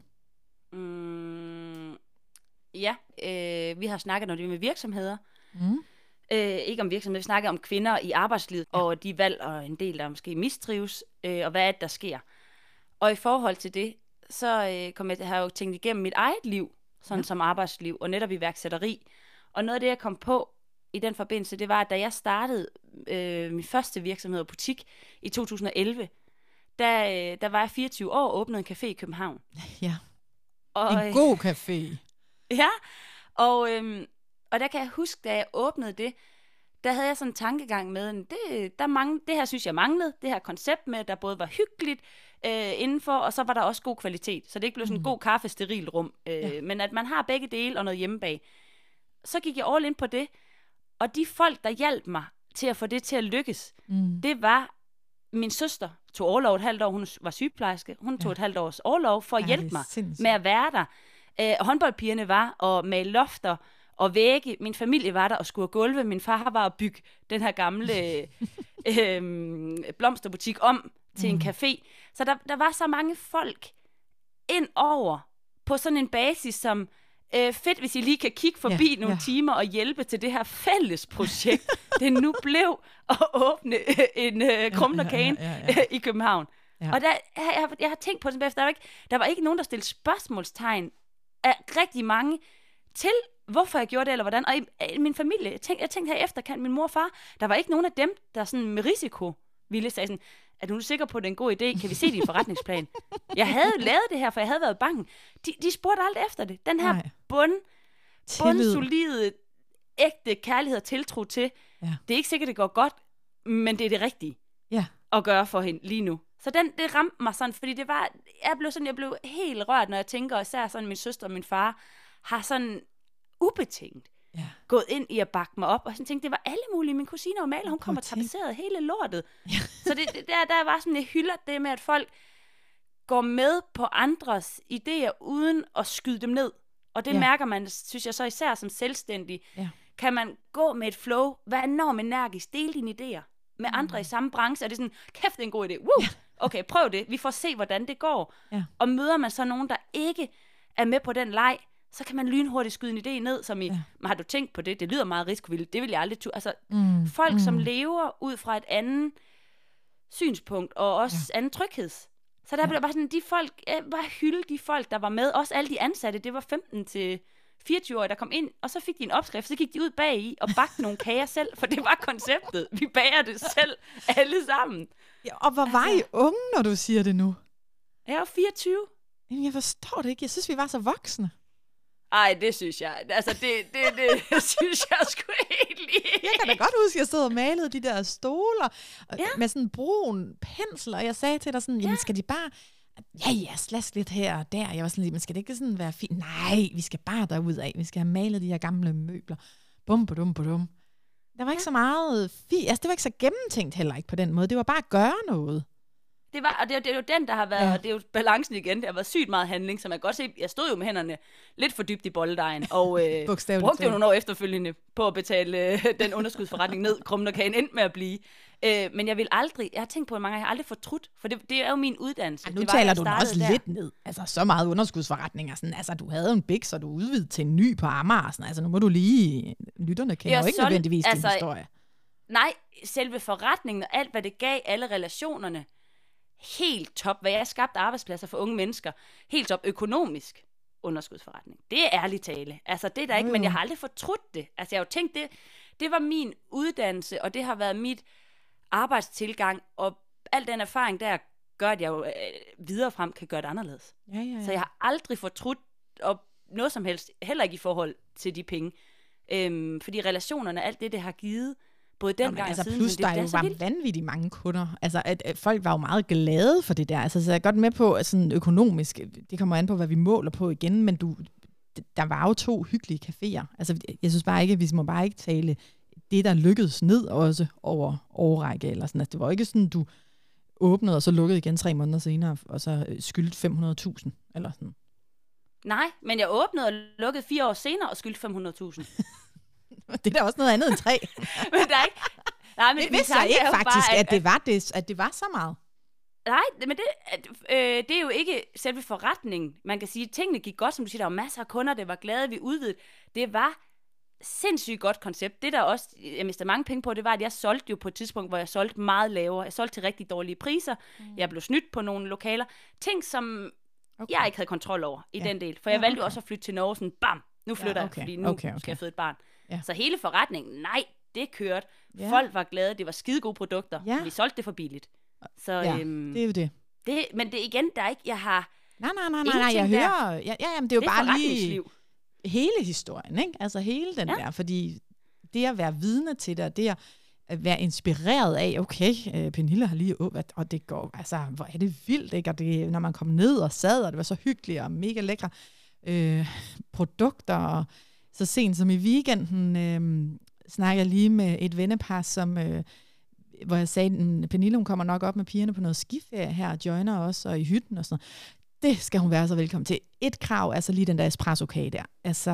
Ja, vi har snakket om det med virksomheder. Ikke om virksomheder, vi snakker om kvinder i arbejdslivet, og de valg, og en del, der måske mistrives, og hvad er det, der sker. Og i forhold til det, så har jeg jo tænkt igennem mit eget liv, sådan som arbejdsliv, og netop iværksætteri. Og noget af det, jeg kom på i den forbindelse, det var, at da jeg startede min første virksomhed og butik i 2011, der var jeg 24 år og åbnede en café i København.
Ja, en god café.
Ja, og der kan jeg huske, da jeg åbnede det, der havde jeg sådan en tankegang med, det her synes jeg manglede, det her koncept med, der både var hyggeligt indenfor, og så var der også god kvalitet, så det ikke blev sådan en god kaffe-steril rum, men at man har begge dele og noget hjemme bag. Så gik jeg all in på det, og de folk, der hjalp mig til at få det til at lykkes, det var min søster, tog orlov et halvt år, hun var sygeplejerske, hun tog et halvt års orlov for at hjælpe mig med at være der. Håndboldpigerne var og male lofter og vægge. Min familie var der og skulle gulve. Min far var at bygge den her gamle blomsterbutik om til en café. Så der var så mange folk ind over på sådan en basis, som fedt, hvis I lige kan kigge forbi nogle timer og hjælpe til det her fælles projekt, det nu blev at åbne en krumlerkagen i København. Ja. Og jeg har tænkt på det, der var ikke nogen, der stillede spørgsmålstegn af rigtig mange til hvorfor jeg gjorde det, eller hvordan. Og i min familie, jeg tænkte her efterkant, min mor og far, der var ikke nogen af dem, der sådan med risiko ville sige sådan, er du sikker på, at det er en god idé? Kan vi se din forretningsplan? Jeg havde lavet det her, for jeg havde været bange. De spurgte aldrig efter det. Den her bundsolide, ægte kærlighed og tiltro til, det er ikke sikkert, det går godt, men det er det rigtige at gøre for hende lige nu. Så det ramte mig sådan, fordi jeg blev helt rørt, når jeg tænker, især sådan min søster og min far har sådan ubetinget gået ind i at bakke mig op, og sådan tænkte, det var alle mulige. Min kusine og maler, hun kommer tapetseret hele lortet. Så der var sådan, jeg hylder det med, at folk går med på andres idéer, uden at skyde dem ned. Og det mærker man, synes jeg så især som selvstændig. Kan man gå med et flow, være enormt energisk, dele dine idéer med andre i samme branche, og det er sådan, kæft, det er en god idé. Woo! Okay, prøv det. Vi får se, hvordan det går. Og møder man så nogen, der ikke er med på den leg, så kan man lynhurtigt skyde en idé ned, som har du tænkt på det? Det lyder meget risikovilligt. Det vil jeg aldrig altså, folk, som lever ud fra et andet synspunkt, og også anden trygheds. Så der blev bare sådan, bare hylde de folk, der var med. Også alle de ansatte, det var 15 til 24-årige, der kom ind, og så fik de en opskrift, så gik de ud bag i og bagte nogle kager selv, for det var konceptet. Vi bager det selv, alle sammen.
Ja, og hvor var I unge, når du siger det nu?
Jeg var 24.
Jamen, jeg forstår det ikke. Jeg synes, vi var så voksne.
Ej, det synes jeg. Altså, det synes jeg sgu egentlig.
Jeg kan da godt huske, at jeg stod og malede de der stoler med sådan en brun pensel, og jeg sagde til dig sådan, jamen skal de bare... Ja, slask lidt her og der. Jeg var sådan lidt, men skal det ikke sådan være fint? Nej, vi skal bare derudad. Vi skal have malet de her gamle møbler. Bum. Der var ikke så meget det var ikke så gennemtænkt heller ikke på den måde. Det var bare at gøre noget.
Det er jo den, der har været, og det er jo balancen igen. Det har været sygt meget handling, som jeg godt se. Jeg stod jo med hænderne lidt for dybt i bolledejen, og brugte jo nogle år efterfølgende på at betale den underskudsforretning ned, krummen og kagen endte med at blive. Men jeg har tænkt på det mange gange, jeg har aldrig fortrudt, for det er jo min uddannelse.
Nu taler du også lidt ned. Altså så meget underskudsforretninger. Sådan, altså du havde en big, så du udvidede til en ny på Amager. Sådan, altså nu må du lige... Lytterne kender jo ikke nødvendigvis din historie.
Nej, selve forretningen og alt, hvad det gav, alle relationerne, helt top, hvad jeg skabte arbejdspladser for unge mennesker, helt top økonomisk underskudsforretning. Det er ærligt tale. Altså det er der ikke, men jeg har aldrig fortrudt det. Altså jeg har jo tænkt, det var min uddannelse, og det har været mit arbejdstilgang, og al den erfaring der gør, at jeg jo videre frem kan gøre det anderledes. Ja. Så jeg har aldrig fortrudt og noget som helst, heller ikke i forhold til de penge. Fordi relationerne, alt det har givet, både dengang
altså,
og siden.
Plus der jo var vanvittigt mange kunder. Altså at folk var jo meget glade for det der. Altså så jeg er godt med på, at sådan økonomisk, det kommer an på, hvad vi måler på igen, men der var jo 2 hyggelige caféer. Altså jeg synes bare ikke, at vi må bare ikke tale det, der lykkedes ned også over årrække eller sådan. Altså, det var ikke sådan, du åbnede, og så lukkede igen 3 måneder senere, og så skyldte 500.000 eller sådan.
Nej, men jeg åbnede og lukkede 4 år senere og skyldte 500.000.
Det er da også noget andet end 3.
Men der er ikke... Nej, men
det vidste jeg ikke faktisk, bare, at det var så meget.
Nej, men det er jo ikke selve forretningen. Man kan sige, at tingene gik godt, som du siger, der var masser af kunder, det var glade, vi udvidede. Det var sindssygt godt koncept. Det der også, jeg mistede mange penge på, det var, at jeg solgte jo på et tidspunkt, hvor jeg solgte meget lavere. Jeg solgte til rigtig dårlige priser. Jeg blev snydt på nogle lokaler. Ting, som jeg ikke havde kontrol over i den del. For jeg valgte jo også at flytte til Norge, sådan bam, nu flytter jeg, fordi nu skal jeg føde et barn. Ja. Så hele forretningen, nej, det kørte. Ja. Folk var glade, det var skide gode produkter. Ja. Vi solgte det for billigt. Så,
det er jo det.
Men det igen, der er ikke, jeg har...
Nej, jeg hører... Jamen, det er jo bare lige hele historien, ikke? Altså hele den der, fordi det at være vidne til det, og det at være inspireret af, okay, Pernille har lige åbnet, og det går, altså, hvor er det vildt, ikke? Og det, når man kom ned og sad, og det var så hyggeligt og mega lækre produkter, og så sent som i weekenden snakker jeg lige med et vennepar, som, hvor jeg sagde, Pernille, hun kommer nok op med pigerne på noget skiferie her, og joiner os, og i hytten og sådan noget. Det skal hun være så velkommen til. Et krav er så lige den der espresso-kage der. Altså,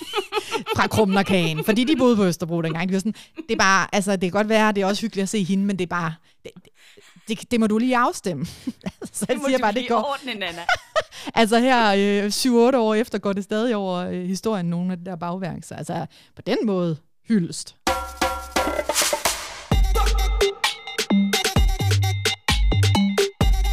fra krummen og kagen. Fordi de boede på Østerbro dengang. Det var sådan, det er bare, altså det kan godt være, det er også hyggeligt at se hende, men det er bare, det må du lige afstemme. Så
det må
siger
du
bare,
lige
det går.
ordne, Nana.
Altså her 7-8 år efter går det stadig over historien, nogle af de der bagværk. Så altså på den måde hyldest.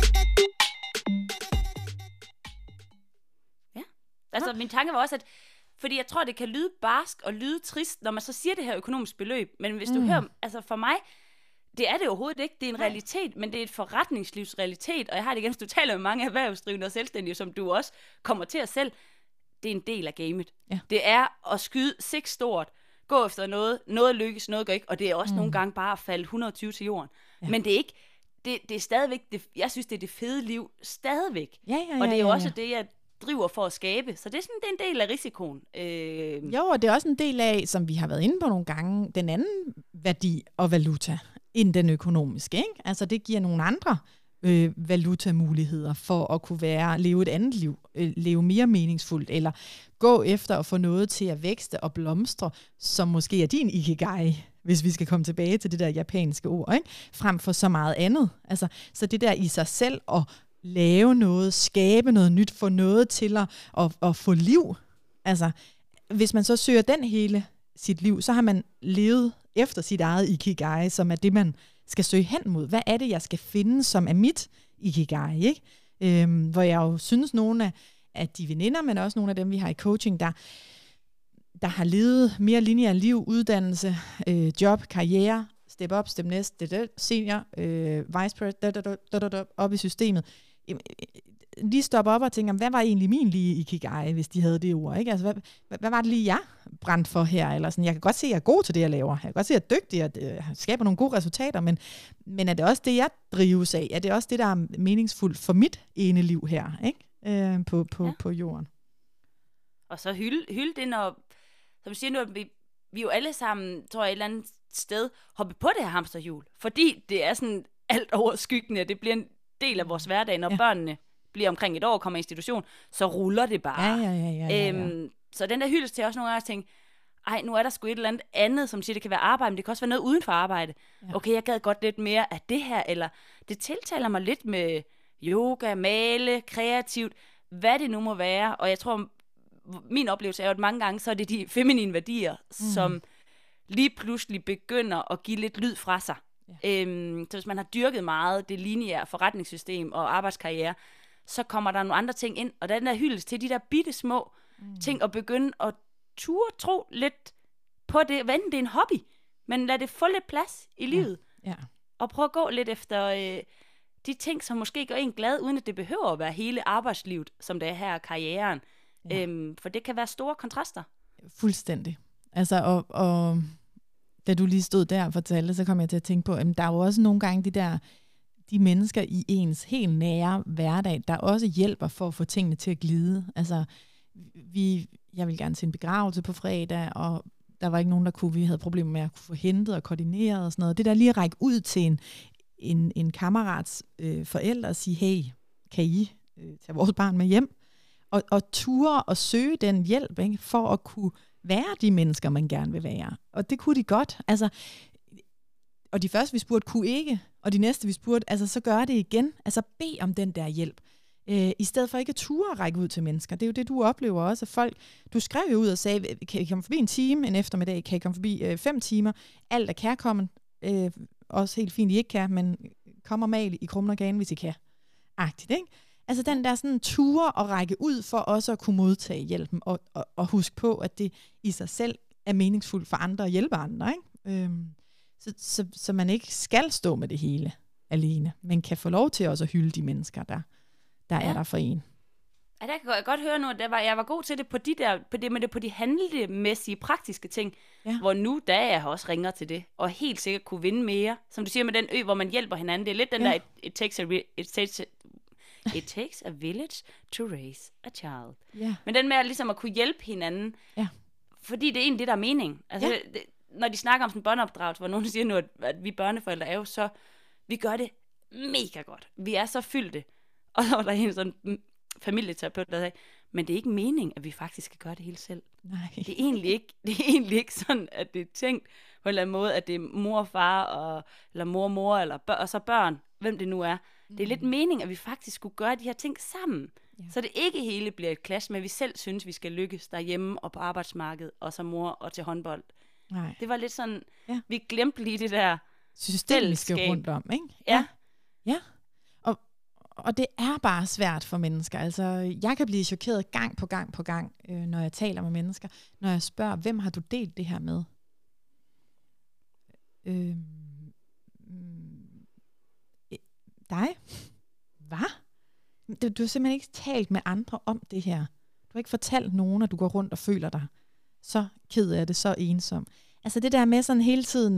Altså, min tanke var også, at Fordi jeg tror, det kan lyde barsk og lyde trist, når man så siger det her økonomisk beløb. Men hvis du hører, altså for mig, det er det overhovedet ikke. Det er en realitet, men det er et forretningslivsrealitet. Og jeg har det igen, hvis du taler med mange erhvervsdrivende og selvstændige, som du også kommer til at selv. Det er en del af gamet. Ja. Det er at skyde sig stort, gå efter noget. Noget lykkes, noget går ikke. Og det er også nogle gange bare at falde 120 til jorden. Ja. Men det er ikke, det er stadigvæk, jeg synes, det er det fede liv stadigvæk. Og det er jo også det, jeg driver for at skabe. Så det er sådan, det er en del af risikoen.
Jo, og det er også en del af, som vi har været inde på nogle gange, den anden værdi og valuta end den økonomiske. Ikke? Altså det giver nogle andre valutamuligheder for at kunne leve et andet liv, leve mere meningsfuldt, eller gå efter at få noget til at vækste og blomstre, som måske er din ikigai, hvis vi skal komme tilbage til det der japanske ord, ikke? Frem for så meget andet. Altså, så det der i sig selv at lave noget, skabe noget nyt, få noget til at få liv. Altså, hvis man så søger den hele sit liv, så har man levet efter sit eget ikigai, som er det, man skal søge hen mod. Hvad er det, jeg skal finde, som er mit ikigai? Ikke? Hvor jeg jo synes, nogle af de veninder, men også nogle af dem, vi har i coaching, der har levet mere lineær liv, uddannelse, job, karriere, step up, step næst, senior, vice president, op i systemet. Lige stoppe op og tænke, hvad var egentlig min lige ikigai, hvis de havde det ord? Ikke? Altså, hvad var det lige, jeg brændte for her? Eller sådan, jeg kan godt se, at jeg er god til det, jeg laver. Jeg kan godt se, at jeg er dygtig, og skaber nogle gode resultater, men er det også det, jeg drives af? Er det også det, der er meningsfuldt for mit ene liv her, ikke? På jorden?
Og så hylde det, når, som du siger nu, at vi jo alle sammen, tror jeg, et eller andet sted hoppe på det her hamsterhjul. Fordi det er sådan alt overskyggende, og det bliver en del af vores hverdag, når børnene bliver omkring et år og kommer i institution, så ruller det bare. Ja. Så den der hyldest til også nogle gange at tænke, nu er der sgu et eller andet, som siger, det kan være arbejde, men det kan også være noget uden for arbejde. Ja. Okay, jeg gad godt lidt mere af det her, eller det tiltaler mig lidt med yoga, male, kreativt, hvad det nu må være. Og jeg tror, min oplevelse er jo, at mange gange, så er det de feminine værdier, som lige pludselig begynder at give lidt lyd fra sig. Ja. Så hvis man har dyrket meget det lineære forretningssystem og arbejdskarriere, så kommer der nogle andre ting ind, og der er den der hyldest til de der bitte små ting, og begynde at tro lidt på det, hvad enten det er en hobby, men lad det få lidt plads i livet, og prøv at gå lidt efter de ting, som måske gør en glad, uden at det behøver at være hele arbejdslivet, som det er her karrieren, for det kan være store kontraster.
Fuldstændig. Altså, og da du lige stod der og fortalte, så kom jeg til at tænke på, at der er jo også nogle gange de mennesker i ens helt nære hverdag, der også hjælper for at få tingene til at glide. Altså, jeg ville gerne til en begravelse på fredag, og der var ikke nogen, vi havde problemer med at kunne få hentet og koordineret og sådan noget. Det der lige at række ud til en kammerats forældre og sige, hey, kan I tage vores barn med hjem? Og ture og søge den hjælp, ikke, for at kunne være de mennesker, man gerne vil være. Og det kunne de godt. Altså, og de første, vi spurgte, kunne ikke. Og de næste, vi spurgte, altså, så gør det igen. Altså, bed om den der hjælp. I stedet for ikke at ture og række ud til mennesker. Det er jo det, du oplever også. At folk, du skrev jo ud og sagde, kan I komme forbi en time en eftermiddag? Kan I komme forbi 5 timer? Alt er kærkommen. Også helt fint, I ikke kan, men kom og mal i krummen og ganen, hvis I kan. Agtigt, ikke? Altså den der sådan ture og række ud for også at kunne modtage hjælpen, og huske på, at det i sig selv er meningsfuldt for andre at hjælpe andre, ikke? Så man ikke skal stå med det hele alene, men kan få lov til også at hylde de mennesker, der er der for en.
Ja, der kan jeg godt høre nu, at jeg var god til det på de handlemæssige, praktiske ting, hvor nu, jeg også ringer til det, og helt sikkert kunne vinde mere. Som du siger med den hvor man hjælper hinanden, det er lidt den der, it takes a village to raise a child. Yeah. Men den med ligesom at kunne hjælpe hinanden, fordi det er egentlig det, der er mening. Altså, når de snakker om sådan en børneopdragelse, hvor nogen siger nu, at vi børneforældre er jo så, vi gør det mega godt. Vi er så fyldte. Og så var der en sådan familieterapeut, der sagde, men det er ikke meningen, at vi faktisk skal gøre det hele selv.
Nej.
Det er egentlig ikke sådan, at det er tænkt på en eller anden måde, at det er mor og far, eller mor, eller og så børn, hvem det nu er. Det er lidt mening, at vi faktisk skulle gøre de her ting sammen. Ja. Så det ikke hele bliver et clash med, at vi selv synes, vi skal lykkes derhjemme og på arbejdsmarkedet, og som mor og til håndbold. Nej. Det var lidt sådan, vi glemte lige det der
systemiske rundt om, ikke?
Ja.
Ja. Og det er bare svært for mennesker. Altså, jeg kan blive chokeret gang på gang, når jeg taler med mennesker. Når jeg spørger, hvem har du delt det her med? Dig? Hvad? Du har simpelthen ikke talt med andre om det her. Du har ikke fortalt nogen, at du går rundt og føler dig så ked af det, så ensom. Altså det der med sådan hele tiden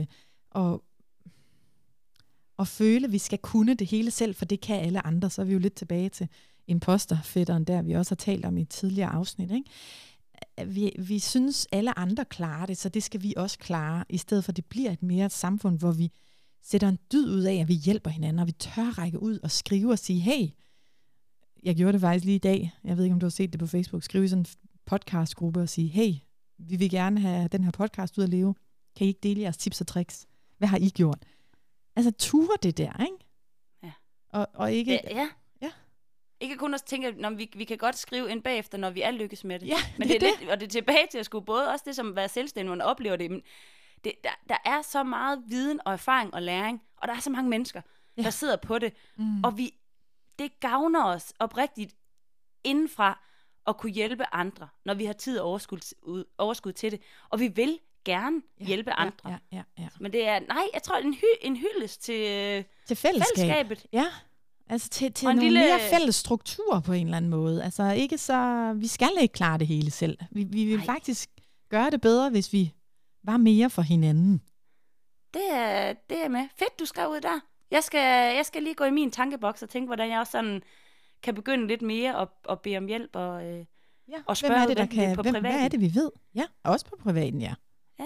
at føle, at vi skal kunne det hele selv, for det kan alle andre. Så er vi jo lidt tilbage til imposterfætteren der, vi også har talt om i et tidligere afsnit. Ikke? Vi synes, alle andre klarer det, så det skal vi også klare, i stedet for at det bliver et mere samfund, hvor vi sætter en dyd ud af, at vi hjælper hinanden, og vi tør række ud og skrive og sige, hey, jeg gjorde det faktisk lige i dag, jeg ved ikke, om du har set det på Facebook, skrive i sådan en podcastgruppe og sige, hey, vi vil gerne have den her podcast ud at leve. Kan I ikke dele jeres tips og tricks? Hvad har I gjort? Altså, ture det der, ikke?
Ja.
Og ikke...
Ja. Ikke kun at tænke, at vi kan godt skrive ind bagefter, når vi er lykkes med det.
Ja,
men det er lidt, og det er tilbage til at skulle både også det, som at være selvstændig, man oplever det, men der er så meget viden og erfaring og læring, og der er så mange mennesker, der sidder på det, og det gavner os oprigtigt indenfra at kunne hjælpe andre, når vi har tid og overskud til det. Og vi vil gerne hjælpe andre.
Ja.
Men det er, jeg tror, en hyldest til fællesskabet.
Ja, altså til nogle mere fælles strukturer på en eller anden måde. Altså ikke så, vi skal ikke klare det hele selv. Vi vil faktisk gøre det bedre, hvis vi var mere for hinanden.
Det er med. Fedt, du skrev ud der. Jeg skal lige gå i min tankeboks og tænke, hvordan jeg også sådan kan begynde lidt mere at bede om hjælp og spørge,
hvem er det, der kan,
på privaten.
Hvad er det, vi ved? Ja, også på privaten, ja.
Ja.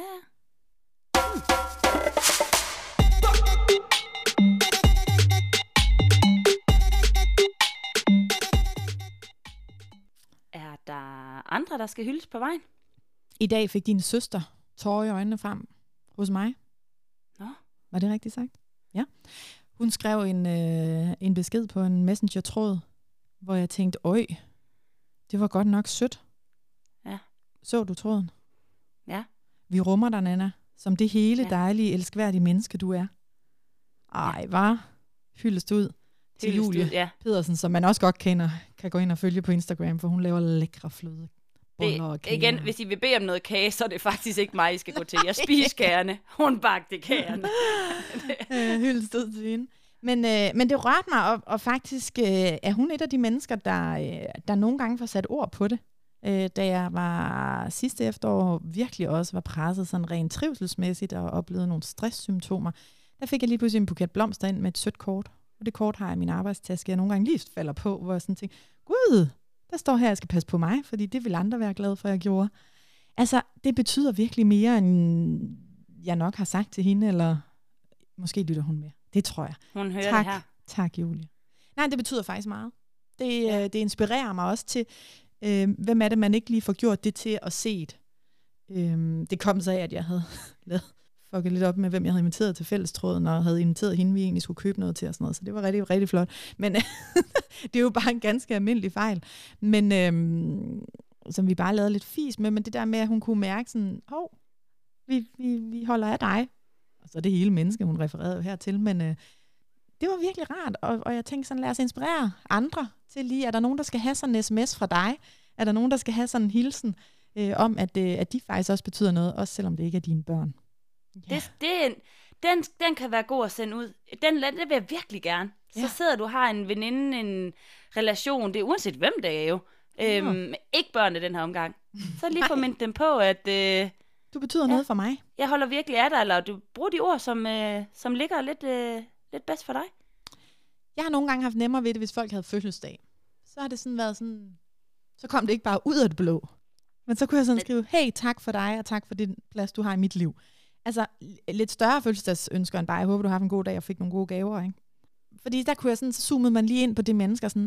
Er der andre, der skal hyldes på vejen?
I dag fik din søster tårer i øjnene frem hos mig.
Nå.
Var det rigtigt sagt? Ja. Hun skrev en besked på en messenger-tråd, hvor jeg tænkte, det var godt nok sødt.
Ja.
Så du tråden?
Ja.
Vi rummer dig, Nana, som det hele dejlige, elskværdige menneske, du er. Ej, var hyldest ud til Julie Pedersen, som man også godt kender, kan gå ind og følge på Instagram, for hun laver lækre fløde.
Igen, hvis I vil bede om noget kage, så er det faktisk ikke mig, I skal gå til. Jeg spiser kagerne. Hun bagte kagerne.
Hyldest ud til hende. Men det rørte mig, og faktisk er hun et af de mennesker, der nogle gange får sat ord på det. Da jeg var sidste efterår virkelig også var presset sådan rent trivselsmæssigt og oplevede nogle stresssymptomer, der fik jeg lige pludselig en buket blomster ind med et sødt kort. Og det kort har jeg i min arbejdstaske, jeg nogle gange lige falder på, hvor jeg sådan tænker, gud, der står her, jeg skal passe på mig, fordi det vil andre være glade for, jeg gjorde. Altså, det betyder virkelig mere, end jeg nok har sagt til hende, eller måske lytter hun med. Det tror jeg.
Hun hører det her.
Tak, Julie. Nej, det betyder faktisk meget. Det inspirerer mig også til, hvem er det, man ikke lige får gjort det til at se det. Det kom så af, at jeg havde fucket lidt op med, hvem jeg havde inviteret til fællestråden, og havde inviteret hende, vi egentlig skulle købe noget til og sådan noget. Så det var rigtig, rigtig flot. Men det er jo bare en ganske almindelig fejl. Men som vi bare lavede lidt fis med, men det der med, at hun kunne mærke sådan, vi holder af dig. Og så det hele menneske, hun refererede hertil, men det var virkelig rart, og jeg tænkte sådan, lad os inspirere andre til lige, er der nogen, der skal have sådan en sms fra dig? Er der nogen, der skal have sådan en hilsen om, at de faktisk også betyder noget, også selvom det ikke er dine børn?
Ja. Den kan være god at sende ud. Den vil jeg virkelig gerne. Så sidder du har en veninde, en relation, det er uanset hvem det er jo. Ikke børnene den her omgang. Så lige få mindet dem på, at
du betyder noget for mig.
Jeg holder virkelig af dig, eller du bruger de ord, som ligger lidt bedst for dig.
Jeg har nogle gange haft nemmere ved det, hvis folk havde fødselsdag. Så har det sådan været sådan, så kom det ikke bare ud af det blå. Men så kunne jeg sådan skrive, hey, tak for dig, og tak for den plads, du har i mit liv. Altså, lidt større fødselsdagsønsker end bare, jeg håber, du har haft en god dag og fik nogle gode gaver, ikke? Fordi der kunne jeg sådan, så zoomede man lige ind på det mennesker, sådan,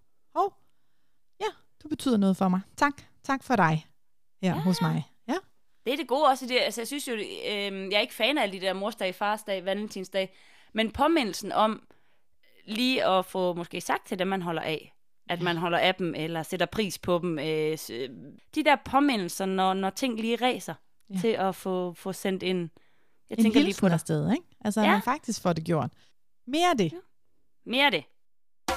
ja, du betyder noget for mig. Tak for dig her hos mig. Ja.
Det er det gode også i det. Altså, jeg synes jo, jeg er ikke fan af alle de der morsdag, farsdag, valentinsdag, men påmindelsen om lige at få måske sagt til dem, man holder af, at man holder af dem, eller sætter pris på dem. De der påmindelser, når ting lige ræser til at få sendt ind. Jeg tænker lige på
det sted, ikke? Altså, man faktisk får det gjort. Mere af det.
Ja. Mere af det.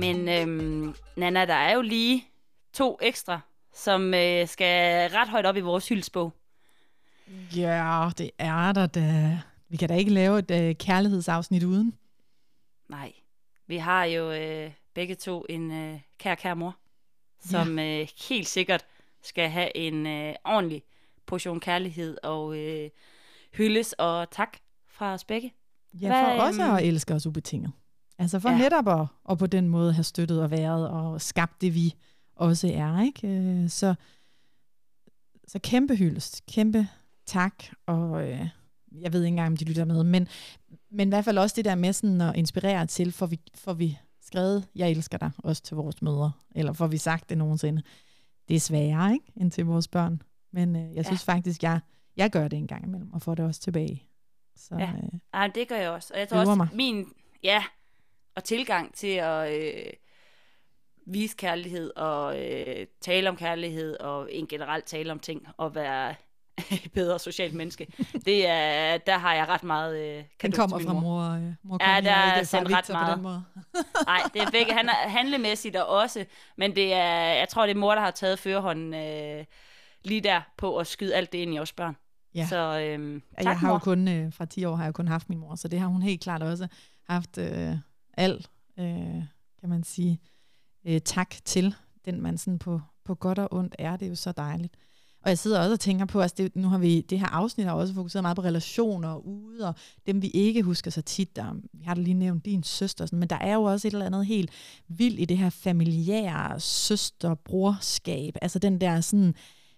Men Nanna, der er jo lige 2 ekstra, som skal ret højt op i vores hyldesbog.
Ja, det er der da. Vi kan da ikke lave et kærlighedsafsnit uden.
Nej, vi har jo begge to en kær mor, som helt sikkert skal have en ordentlig portion kærlighed og hyldes og tak fra os begge.
Ja, for også at elske os ubetinget. Altså for netop at på den måde have støttet og været og skabt det, vi også er, ikke? Så kæmpe hyldest, kæmpe tak, og jeg ved ikke engang, om de lytter med, men i hvert fald også det der med sådan at inspirere til, får vi skrevet, jeg elsker dig, også til vores mødre, eller får vi sagt det nogensinde. Det er sværere, ikke, end til vores børn, men jeg synes faktisk, jeg gør det en gang imellem, og får det også tilbage. Så,
det gør jeg også, og jeg tror også, min og tilgang til at vise kærlighed og tale om kærlighed og en generelt tale om ting og være et bedre socialt menneske. Der har jeg ret meget
den kommer fra mor
ja, der er sendt ret meget. Nej, det er begge. Han er handlemæssigt og også, men det er, jeg tror, det er mor, der har taget førerhånden lige der på at skyde alt det ind i os børn.
Ja.
Så tak,
jeg har jo kun, fra 10 år har jeg kun haft min mor, så det har hun helt klart også haft kan man sige, tak til den man sådan på godt og ondt er. Det er jo så dejligt. Og jeg sidder også og tænker på, altså nu har vi det her afsnit har også fokuseret meget på relationer ude, og dem vi ikke husker så tit, der, jeg har da lige nævnt din søster, sådan, men der er jo også et eller andet helt vildt i det her familiære søster-brorskab, altså den der sådan,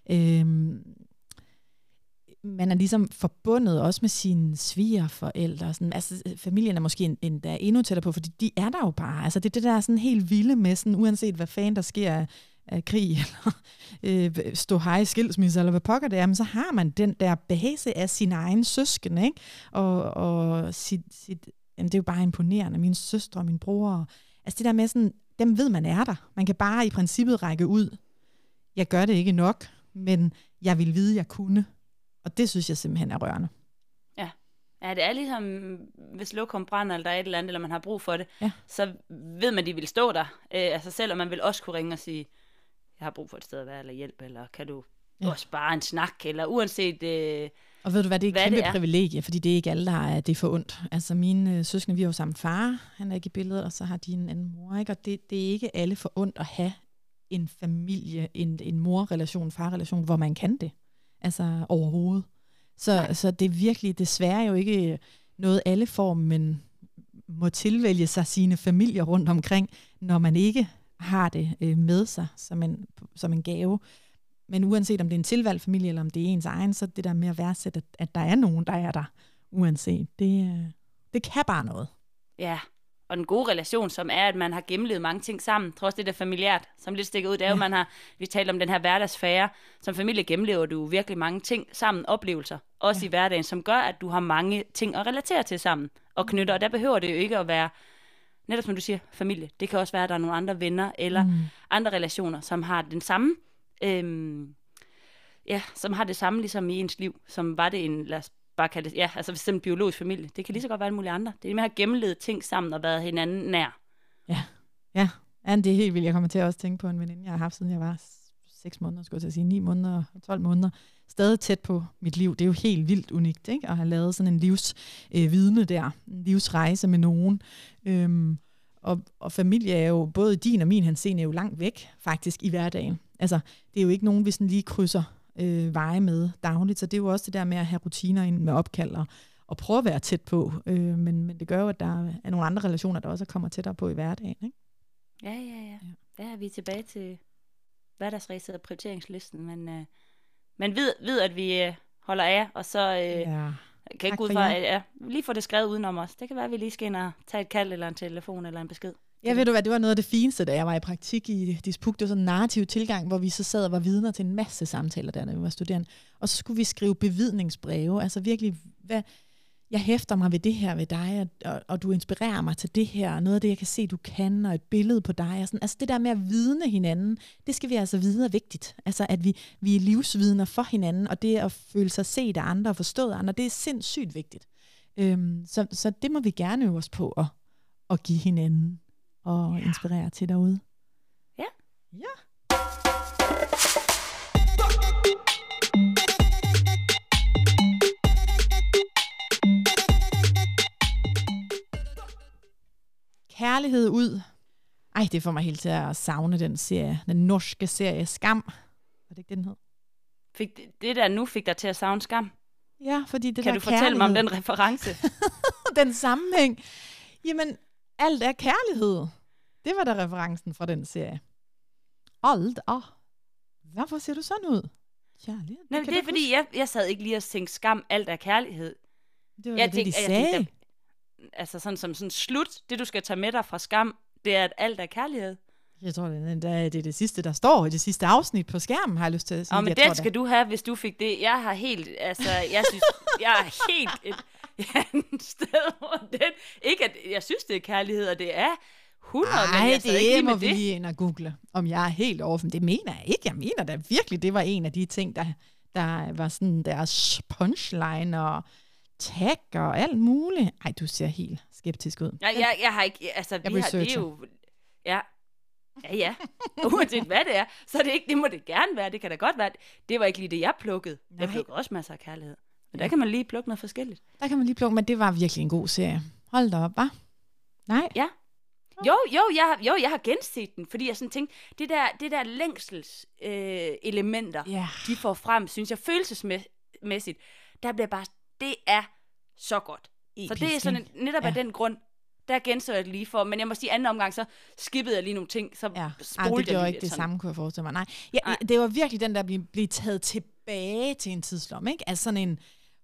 man er ligesom forbundet også med sine svigerforældre, sådan, altså familien er måske endda endnu tættere på, fordi de er der jo bare, altså det er det der sådan helt vilde med, sådan, uanset hvad fanden der sker af krig, eller ståhej, skilsmisse, eller hvad pokker det er, men så har man den der behæse af sin egen søskende, ikke? Og jamen, det er jo bare imponerende, mine søstre og mine bror, altså det der med sådan, dem ved man er der, man kan bare i princippet række ud, jeg gør det ikke nok, men jeg vil vide, jeg kunne, og det synes jeg simpelthen er rørende.
Ja, det er ligesom, hvis lokum brænder, eller der er et eller andet, eller man har brug for det, så ved man, de vil stå der. Altså selvom man vil også kunne ringe og sige, jeg har brug for et sted at være, eller hjælp, eller kan du også bare en snak, eller uanset
og ved du hvad, det er et kæmpe privilegie, fordi det er ikke alle, der er det for ondt. Altså mine søskende, vi har jo samme far, han er ikke i billedet, og så har de en anden mor, ikke? Og det er ikke alle for ondt at have en familie, en morrelation, farrelation, hvor man kan det. Altså overhovedet. Så det er virkelig desværre jo ikke noget alle får, men må tilvælge sig sine familier rundt omkring, når man ikke har det med sig som en gave. Men uanset om det er en tilvalgt familie, eller om det er ens egen, så det der med at værdsætte, at der er nogen, der er der, uanset, det kan bare noget.
Ja, og den gode relation, som er, at man har gennemlevet mange ting sammen, trods det der familiært, som lidt stikker ud, det er jo, vi taler om den her hverdagsfære, som familie gennemlever du virkelig mange ting sammen, oplevelser, også i hverdagen, som gør, at du har mange ting at relatere til sammen, og knytter, og der behøver det jo ikke at være, netop som du siger, familie. Det kan også være, at der er nogle andre venner, eller andre relationer, som har den samme, som har det samme ligesom i ens liv, som var det en, lad os bare kalde det, altså hvis det er en biologisk familie, det kan lige så godt være en mulig andre. Det er med at have gennemlevet ting sammen og været hinanden nær.
Ja, det er helt vildt. Jeg kommer til at også tænke på en veninde, jeg har haft, siden jeg var 6 måneder, skulle jeg til at sige, 9 måneder og 12 måneder. Stadig tæt på mit liv. Det er jo helt vildt unikt, ikke? At have lavet sådan en livsvidne der, en livsrejse med nogen. Og familie er jo, både din og min henseende, er jo langt væk, faktisk, i hverdagen. Altså, det er jo ikke nogen, vi sådan lige krydser veje med dagligt, så det er jo også det der med at have rutiner ind med opkald og prøve at være tæt på, men det gør jo, at der er nogle andre relationer, der også kommer tættere på i hverdagen, ikke?
Ja. Der er vi tilbage til hverdagsræset og prioriteringslisten, men ved, at vi holder af, og så kan ikke gå ud fra, at lige få det skrevet udenom os. Det kan være, at vi lige skal ind og tage et kald, eller en telefon, eller en besked.
Ja, ved du hvad, det var noget af det fineste, da jeg var i praktik i Dispuk. Det var sådan en narrativ tilgang, hvor vi så sad og var vidner til en masse samtaler, der vi var studerende. Og så skulle vi skrive bevidningsbreve, altså virkelig, jeg hæfter mig ved det her ved dig, og du inspirerer mig til det her, noget af det, jeg kan se, du kan, og et billede på dig. Og sådan. Altså det der med at vidne hinanden, det skal vi altså vide er vigtigt. Altså at vi er livsvidner for hinanden, og det at føle sig set af andre og forstået af andre, det er sindssygt vigtigt. Så det må vi gerne øve os på at give hinanden. og inspirere til derude.
Ja.
Ja. Kærlighed ud. Ej, det får mig helt til at savne den serie. Den norske serie Skam. Var det ikke det, den hed?
Det der nu fik dig til at savne Skam?
Ja, fordi det
kan
der
du fortælle mig om den reference?
Den sammenhæng. Jamen, alt er kærlighed. Det var da referencen fra den serie. Alt er. Hvorfor ser du sådan ud? Kærlighed.
Nej, det er fordi, jeg sad ikke lige og tænkte Skam, alt er kærlighed.
Det var det, de sagde.
Altså sådan som sådan slut, det du skal tage med dig fra Skam, det er, at alt er kærlighed.
Jeg tror, det er det sidste, der står i det sidste afsnit på skærmen, har jeg lyst til at sige.
Men det skal du have, hvis du fik det. Jeg har helt, altså, jeg synes, jeg er helt et sted, hvor den, ikke at jeg synes, det er kærlighed, og det er 100,
men
jeg
det ikke må vi lige ind og google, om jeg er helt overfor. Det mener jeg ikke. Jeg mener da virkelig, det var en af de ting, der var sådan deres punchline og tag og alt muligt. Ej, du ser helt skeptisk ud.
Jeg har ikke, altså, vi har det jo, ja. Uanset hvad det er, så er det ikke, det må det gerne være, det kan da godt være. Det var ikke lige det, jeg plukkede. Nej. Jeg plukkede også masser af kærlighed. Men der kan man lige plukke noget forskelligt.
Der kan man lige plukke, men det var virkelig en god serie. Hold da op, hva'? Nej?
Ja. Jeg har genset den, fordi jeg sådan tænkte, det der længsels elementer, de får frem, synes jeg, følelsesmæssigt, der bliver bare, det er så godt. Så det er sådan netop af den grund, der genså jeg det lige for, men jeg må sige, anden omgang, så skippede jeg lige nogle ting, så spolede
det gjorde ikke det samme, kunne jeg forestille mig. Nej. Det var virkelig den, der blev taget tilbage til en tidslom, ikke? Altså sådan en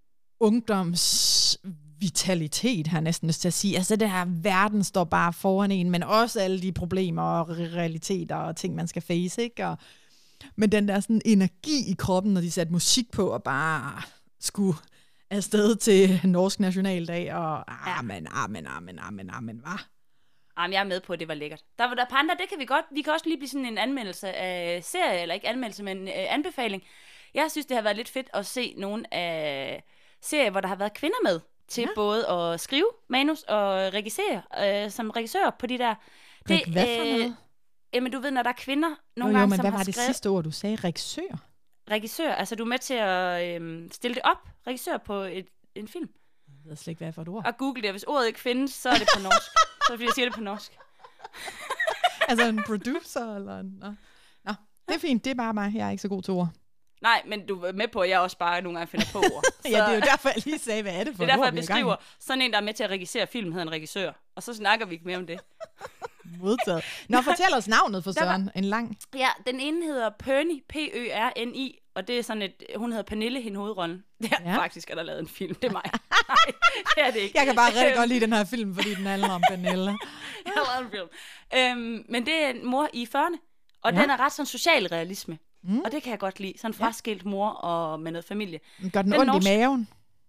ungdomsvitalitet, har jeg næsten lyst til at sige. Altså det her, verden står bare foran en, men også alle de problemer og realiteter og ting, man skal face, ikke? Men den der sådan energi i kroppen, når de satte musik på og bare skulle afsted til Norsk Nationaldag, og amen, hvad?
Jamen, jeg er med på, at det var lækkert. Der var der på andre, det kan vi godt. Vi kan også lige blive sådan en anmeldelse af serie, eller ikke anmeldelse, men anbefaling. Jeg synes, det har været lidt fedt at se nogle af serier, hvor der har været kvinder med, til både at skrive manus og regissere, som regissør på de der.
Hvad for noget?
Jamen, du ved, når der er kvinder nogle gange,
men
som
hvad
har
var det sidste ord, du sagde? Regissør?
Altså, du er med til at stille det op. Regissør på en film.
Jeg ved slet ikke, hvad for et ord.
Og google det, hvis ordet ikke findes, så er det på norsk. Så er det, fordi jeg siger det på norsk.
Altså en producer, eller en... Nå, det er fint. Det er bare mig. Jeg er ikke så god til ord.
Nej, men du er med på, at jeg også bare nogle gange finder på ord.
Ja, det er jo derfor, jeg lige sagde, hvad er det for et ord,
det er derfor, jeg beskriver. Sådan en, der er med til at regissere film, hedder en regissør. Og så snakker vi ikke mere om det.
Modtaget. Nå, fortæl os navnet for Søren. En lang.
Ja, den ene hedder Perny, P-Ø-R-N-I. Og det er sådan hun hedder Pernille, hende hovedrollen. Faktisk er der lavet en film, det er mig. Nej, det er det ikke.
Jeg kan bare rigtig godt lide den her film, fordi den handler om Pernille.
Jeg har lavet en film. Men det er en mor i 40'erne, og den er ret sådan social realisme. Og det kan jeg godt lide. Sådan en fraskilt mor og med noget familie.
Gør den ondt i maven?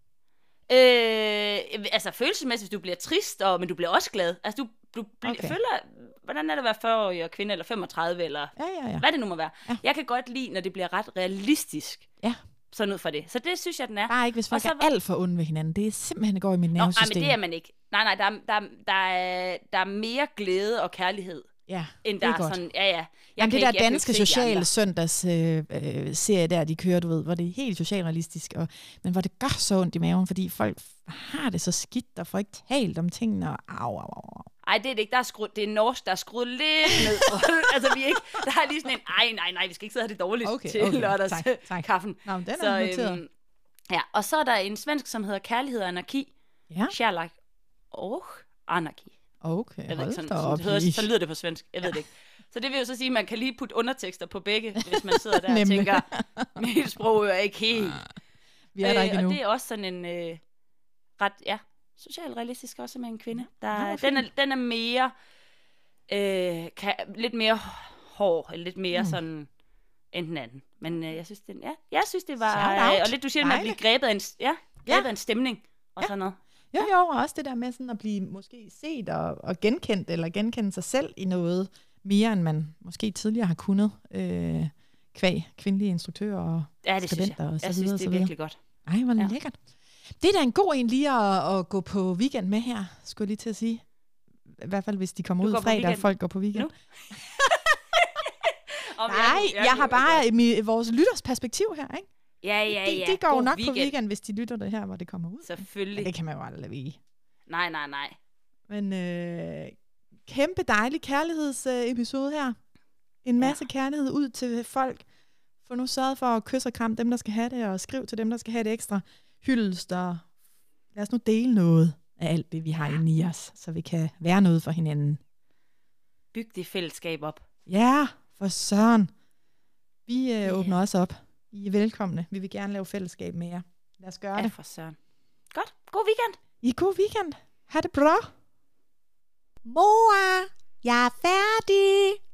Altså følelsesmæssigt, du bliver trist, men du bliver også glad. Altså du føler, hvordan er det at være 40-årig og kvinde, eller 35, eller hvad det nu må være. Ja. Jeg kan godt lide, når det bliver ret realistisk. Ja. Sådan ud fra det. Så det synes jeg, den er.
Bare ikke, hvis folk er alt for onde ved hinanden. Det er simpelthen, det går i mit nervesystem.
Nej, men det er man ikke. Nej, der er mere glæde og kærlighed.
Ja,
end der
det
er
godt.
Sådan,
Jamen det der danske sociale søndags serie der, de kører, du ved, hvor det er helt socialrealistisk, men hvor det gør så ondt i maven, fordi folk har det så skidt, og får ikke talt om tingene, og au.
Ej, det er det ikke. Det er norsk, der er skruet lidt ned. Altså, vi ikke... Der er lige sådan en, nej, vi skal ikke sidde og have det dårligt til lørdagskaffen.
Nå, den er noteret.
Ja, og så er der en svensk, som hedder Kærlighed og Anarki. Ja. Kärlek og Anarki.
Okay, hold da op.
Så lyder det på svensk. Jeg ved det ikke. Så det vil jo så sige, at man kan lige putte undertekster på begge, hvis man sidder der og tænker, mit sprog er ikke helt.
Vi er der ikke endnu.
Og det er også sådan en ret, socialrealistisk også med en kvinde. Den er mere, lidt mere hård, eller lidt mere sådan, end den anden. Men jeg synes, det var, og lidt du siger, at blive grebet af en stemning, og sådan noget.
Jo, og også det der med sådan at blive måske set og genkendt, eller genkende sig selv i noget mere, end man måske tidligere har kunnet, kvæg kvindelige instruktører og skribenter og så videre.
Jeg synes, det er virkelig godt.
Ej, hvor lækkert. Det er da en god en lige at gå på weekend med her, skulle jeg lige til at sige. I hvert fald, hvis de kommer ud fredag, og folk går på weekend. Nej, jeg har bare vores lytters perspektiv her, ikke?
Ja.
De går jo nok weekend på weekend, hvis de lytter det her, hvor det kommer ud.
Selvfølgelig.
Men det kan man jo aldrig vide.
Nej.
Men kæmpe dejlig kærlighedsepisode her. En masse kærlighed ud til folk. Få nu sørget for at kysse og kramme dem, der skal have det, og skriv til dem, der skal have det ekstra hyldest. Og lad os nu dele noget af alt det, vi har inde i os, så vi kan være noget for hinanden.
Byg det fællesskab op.
Ja, for søren. Vi åbner også op. I er velkomne. Vi vil gerne lave fællesskab med jer. Lad os gøre det.
For søren. Godt. God weekend.
God weekend. Ha' det bra. Mor, jeg er færdig.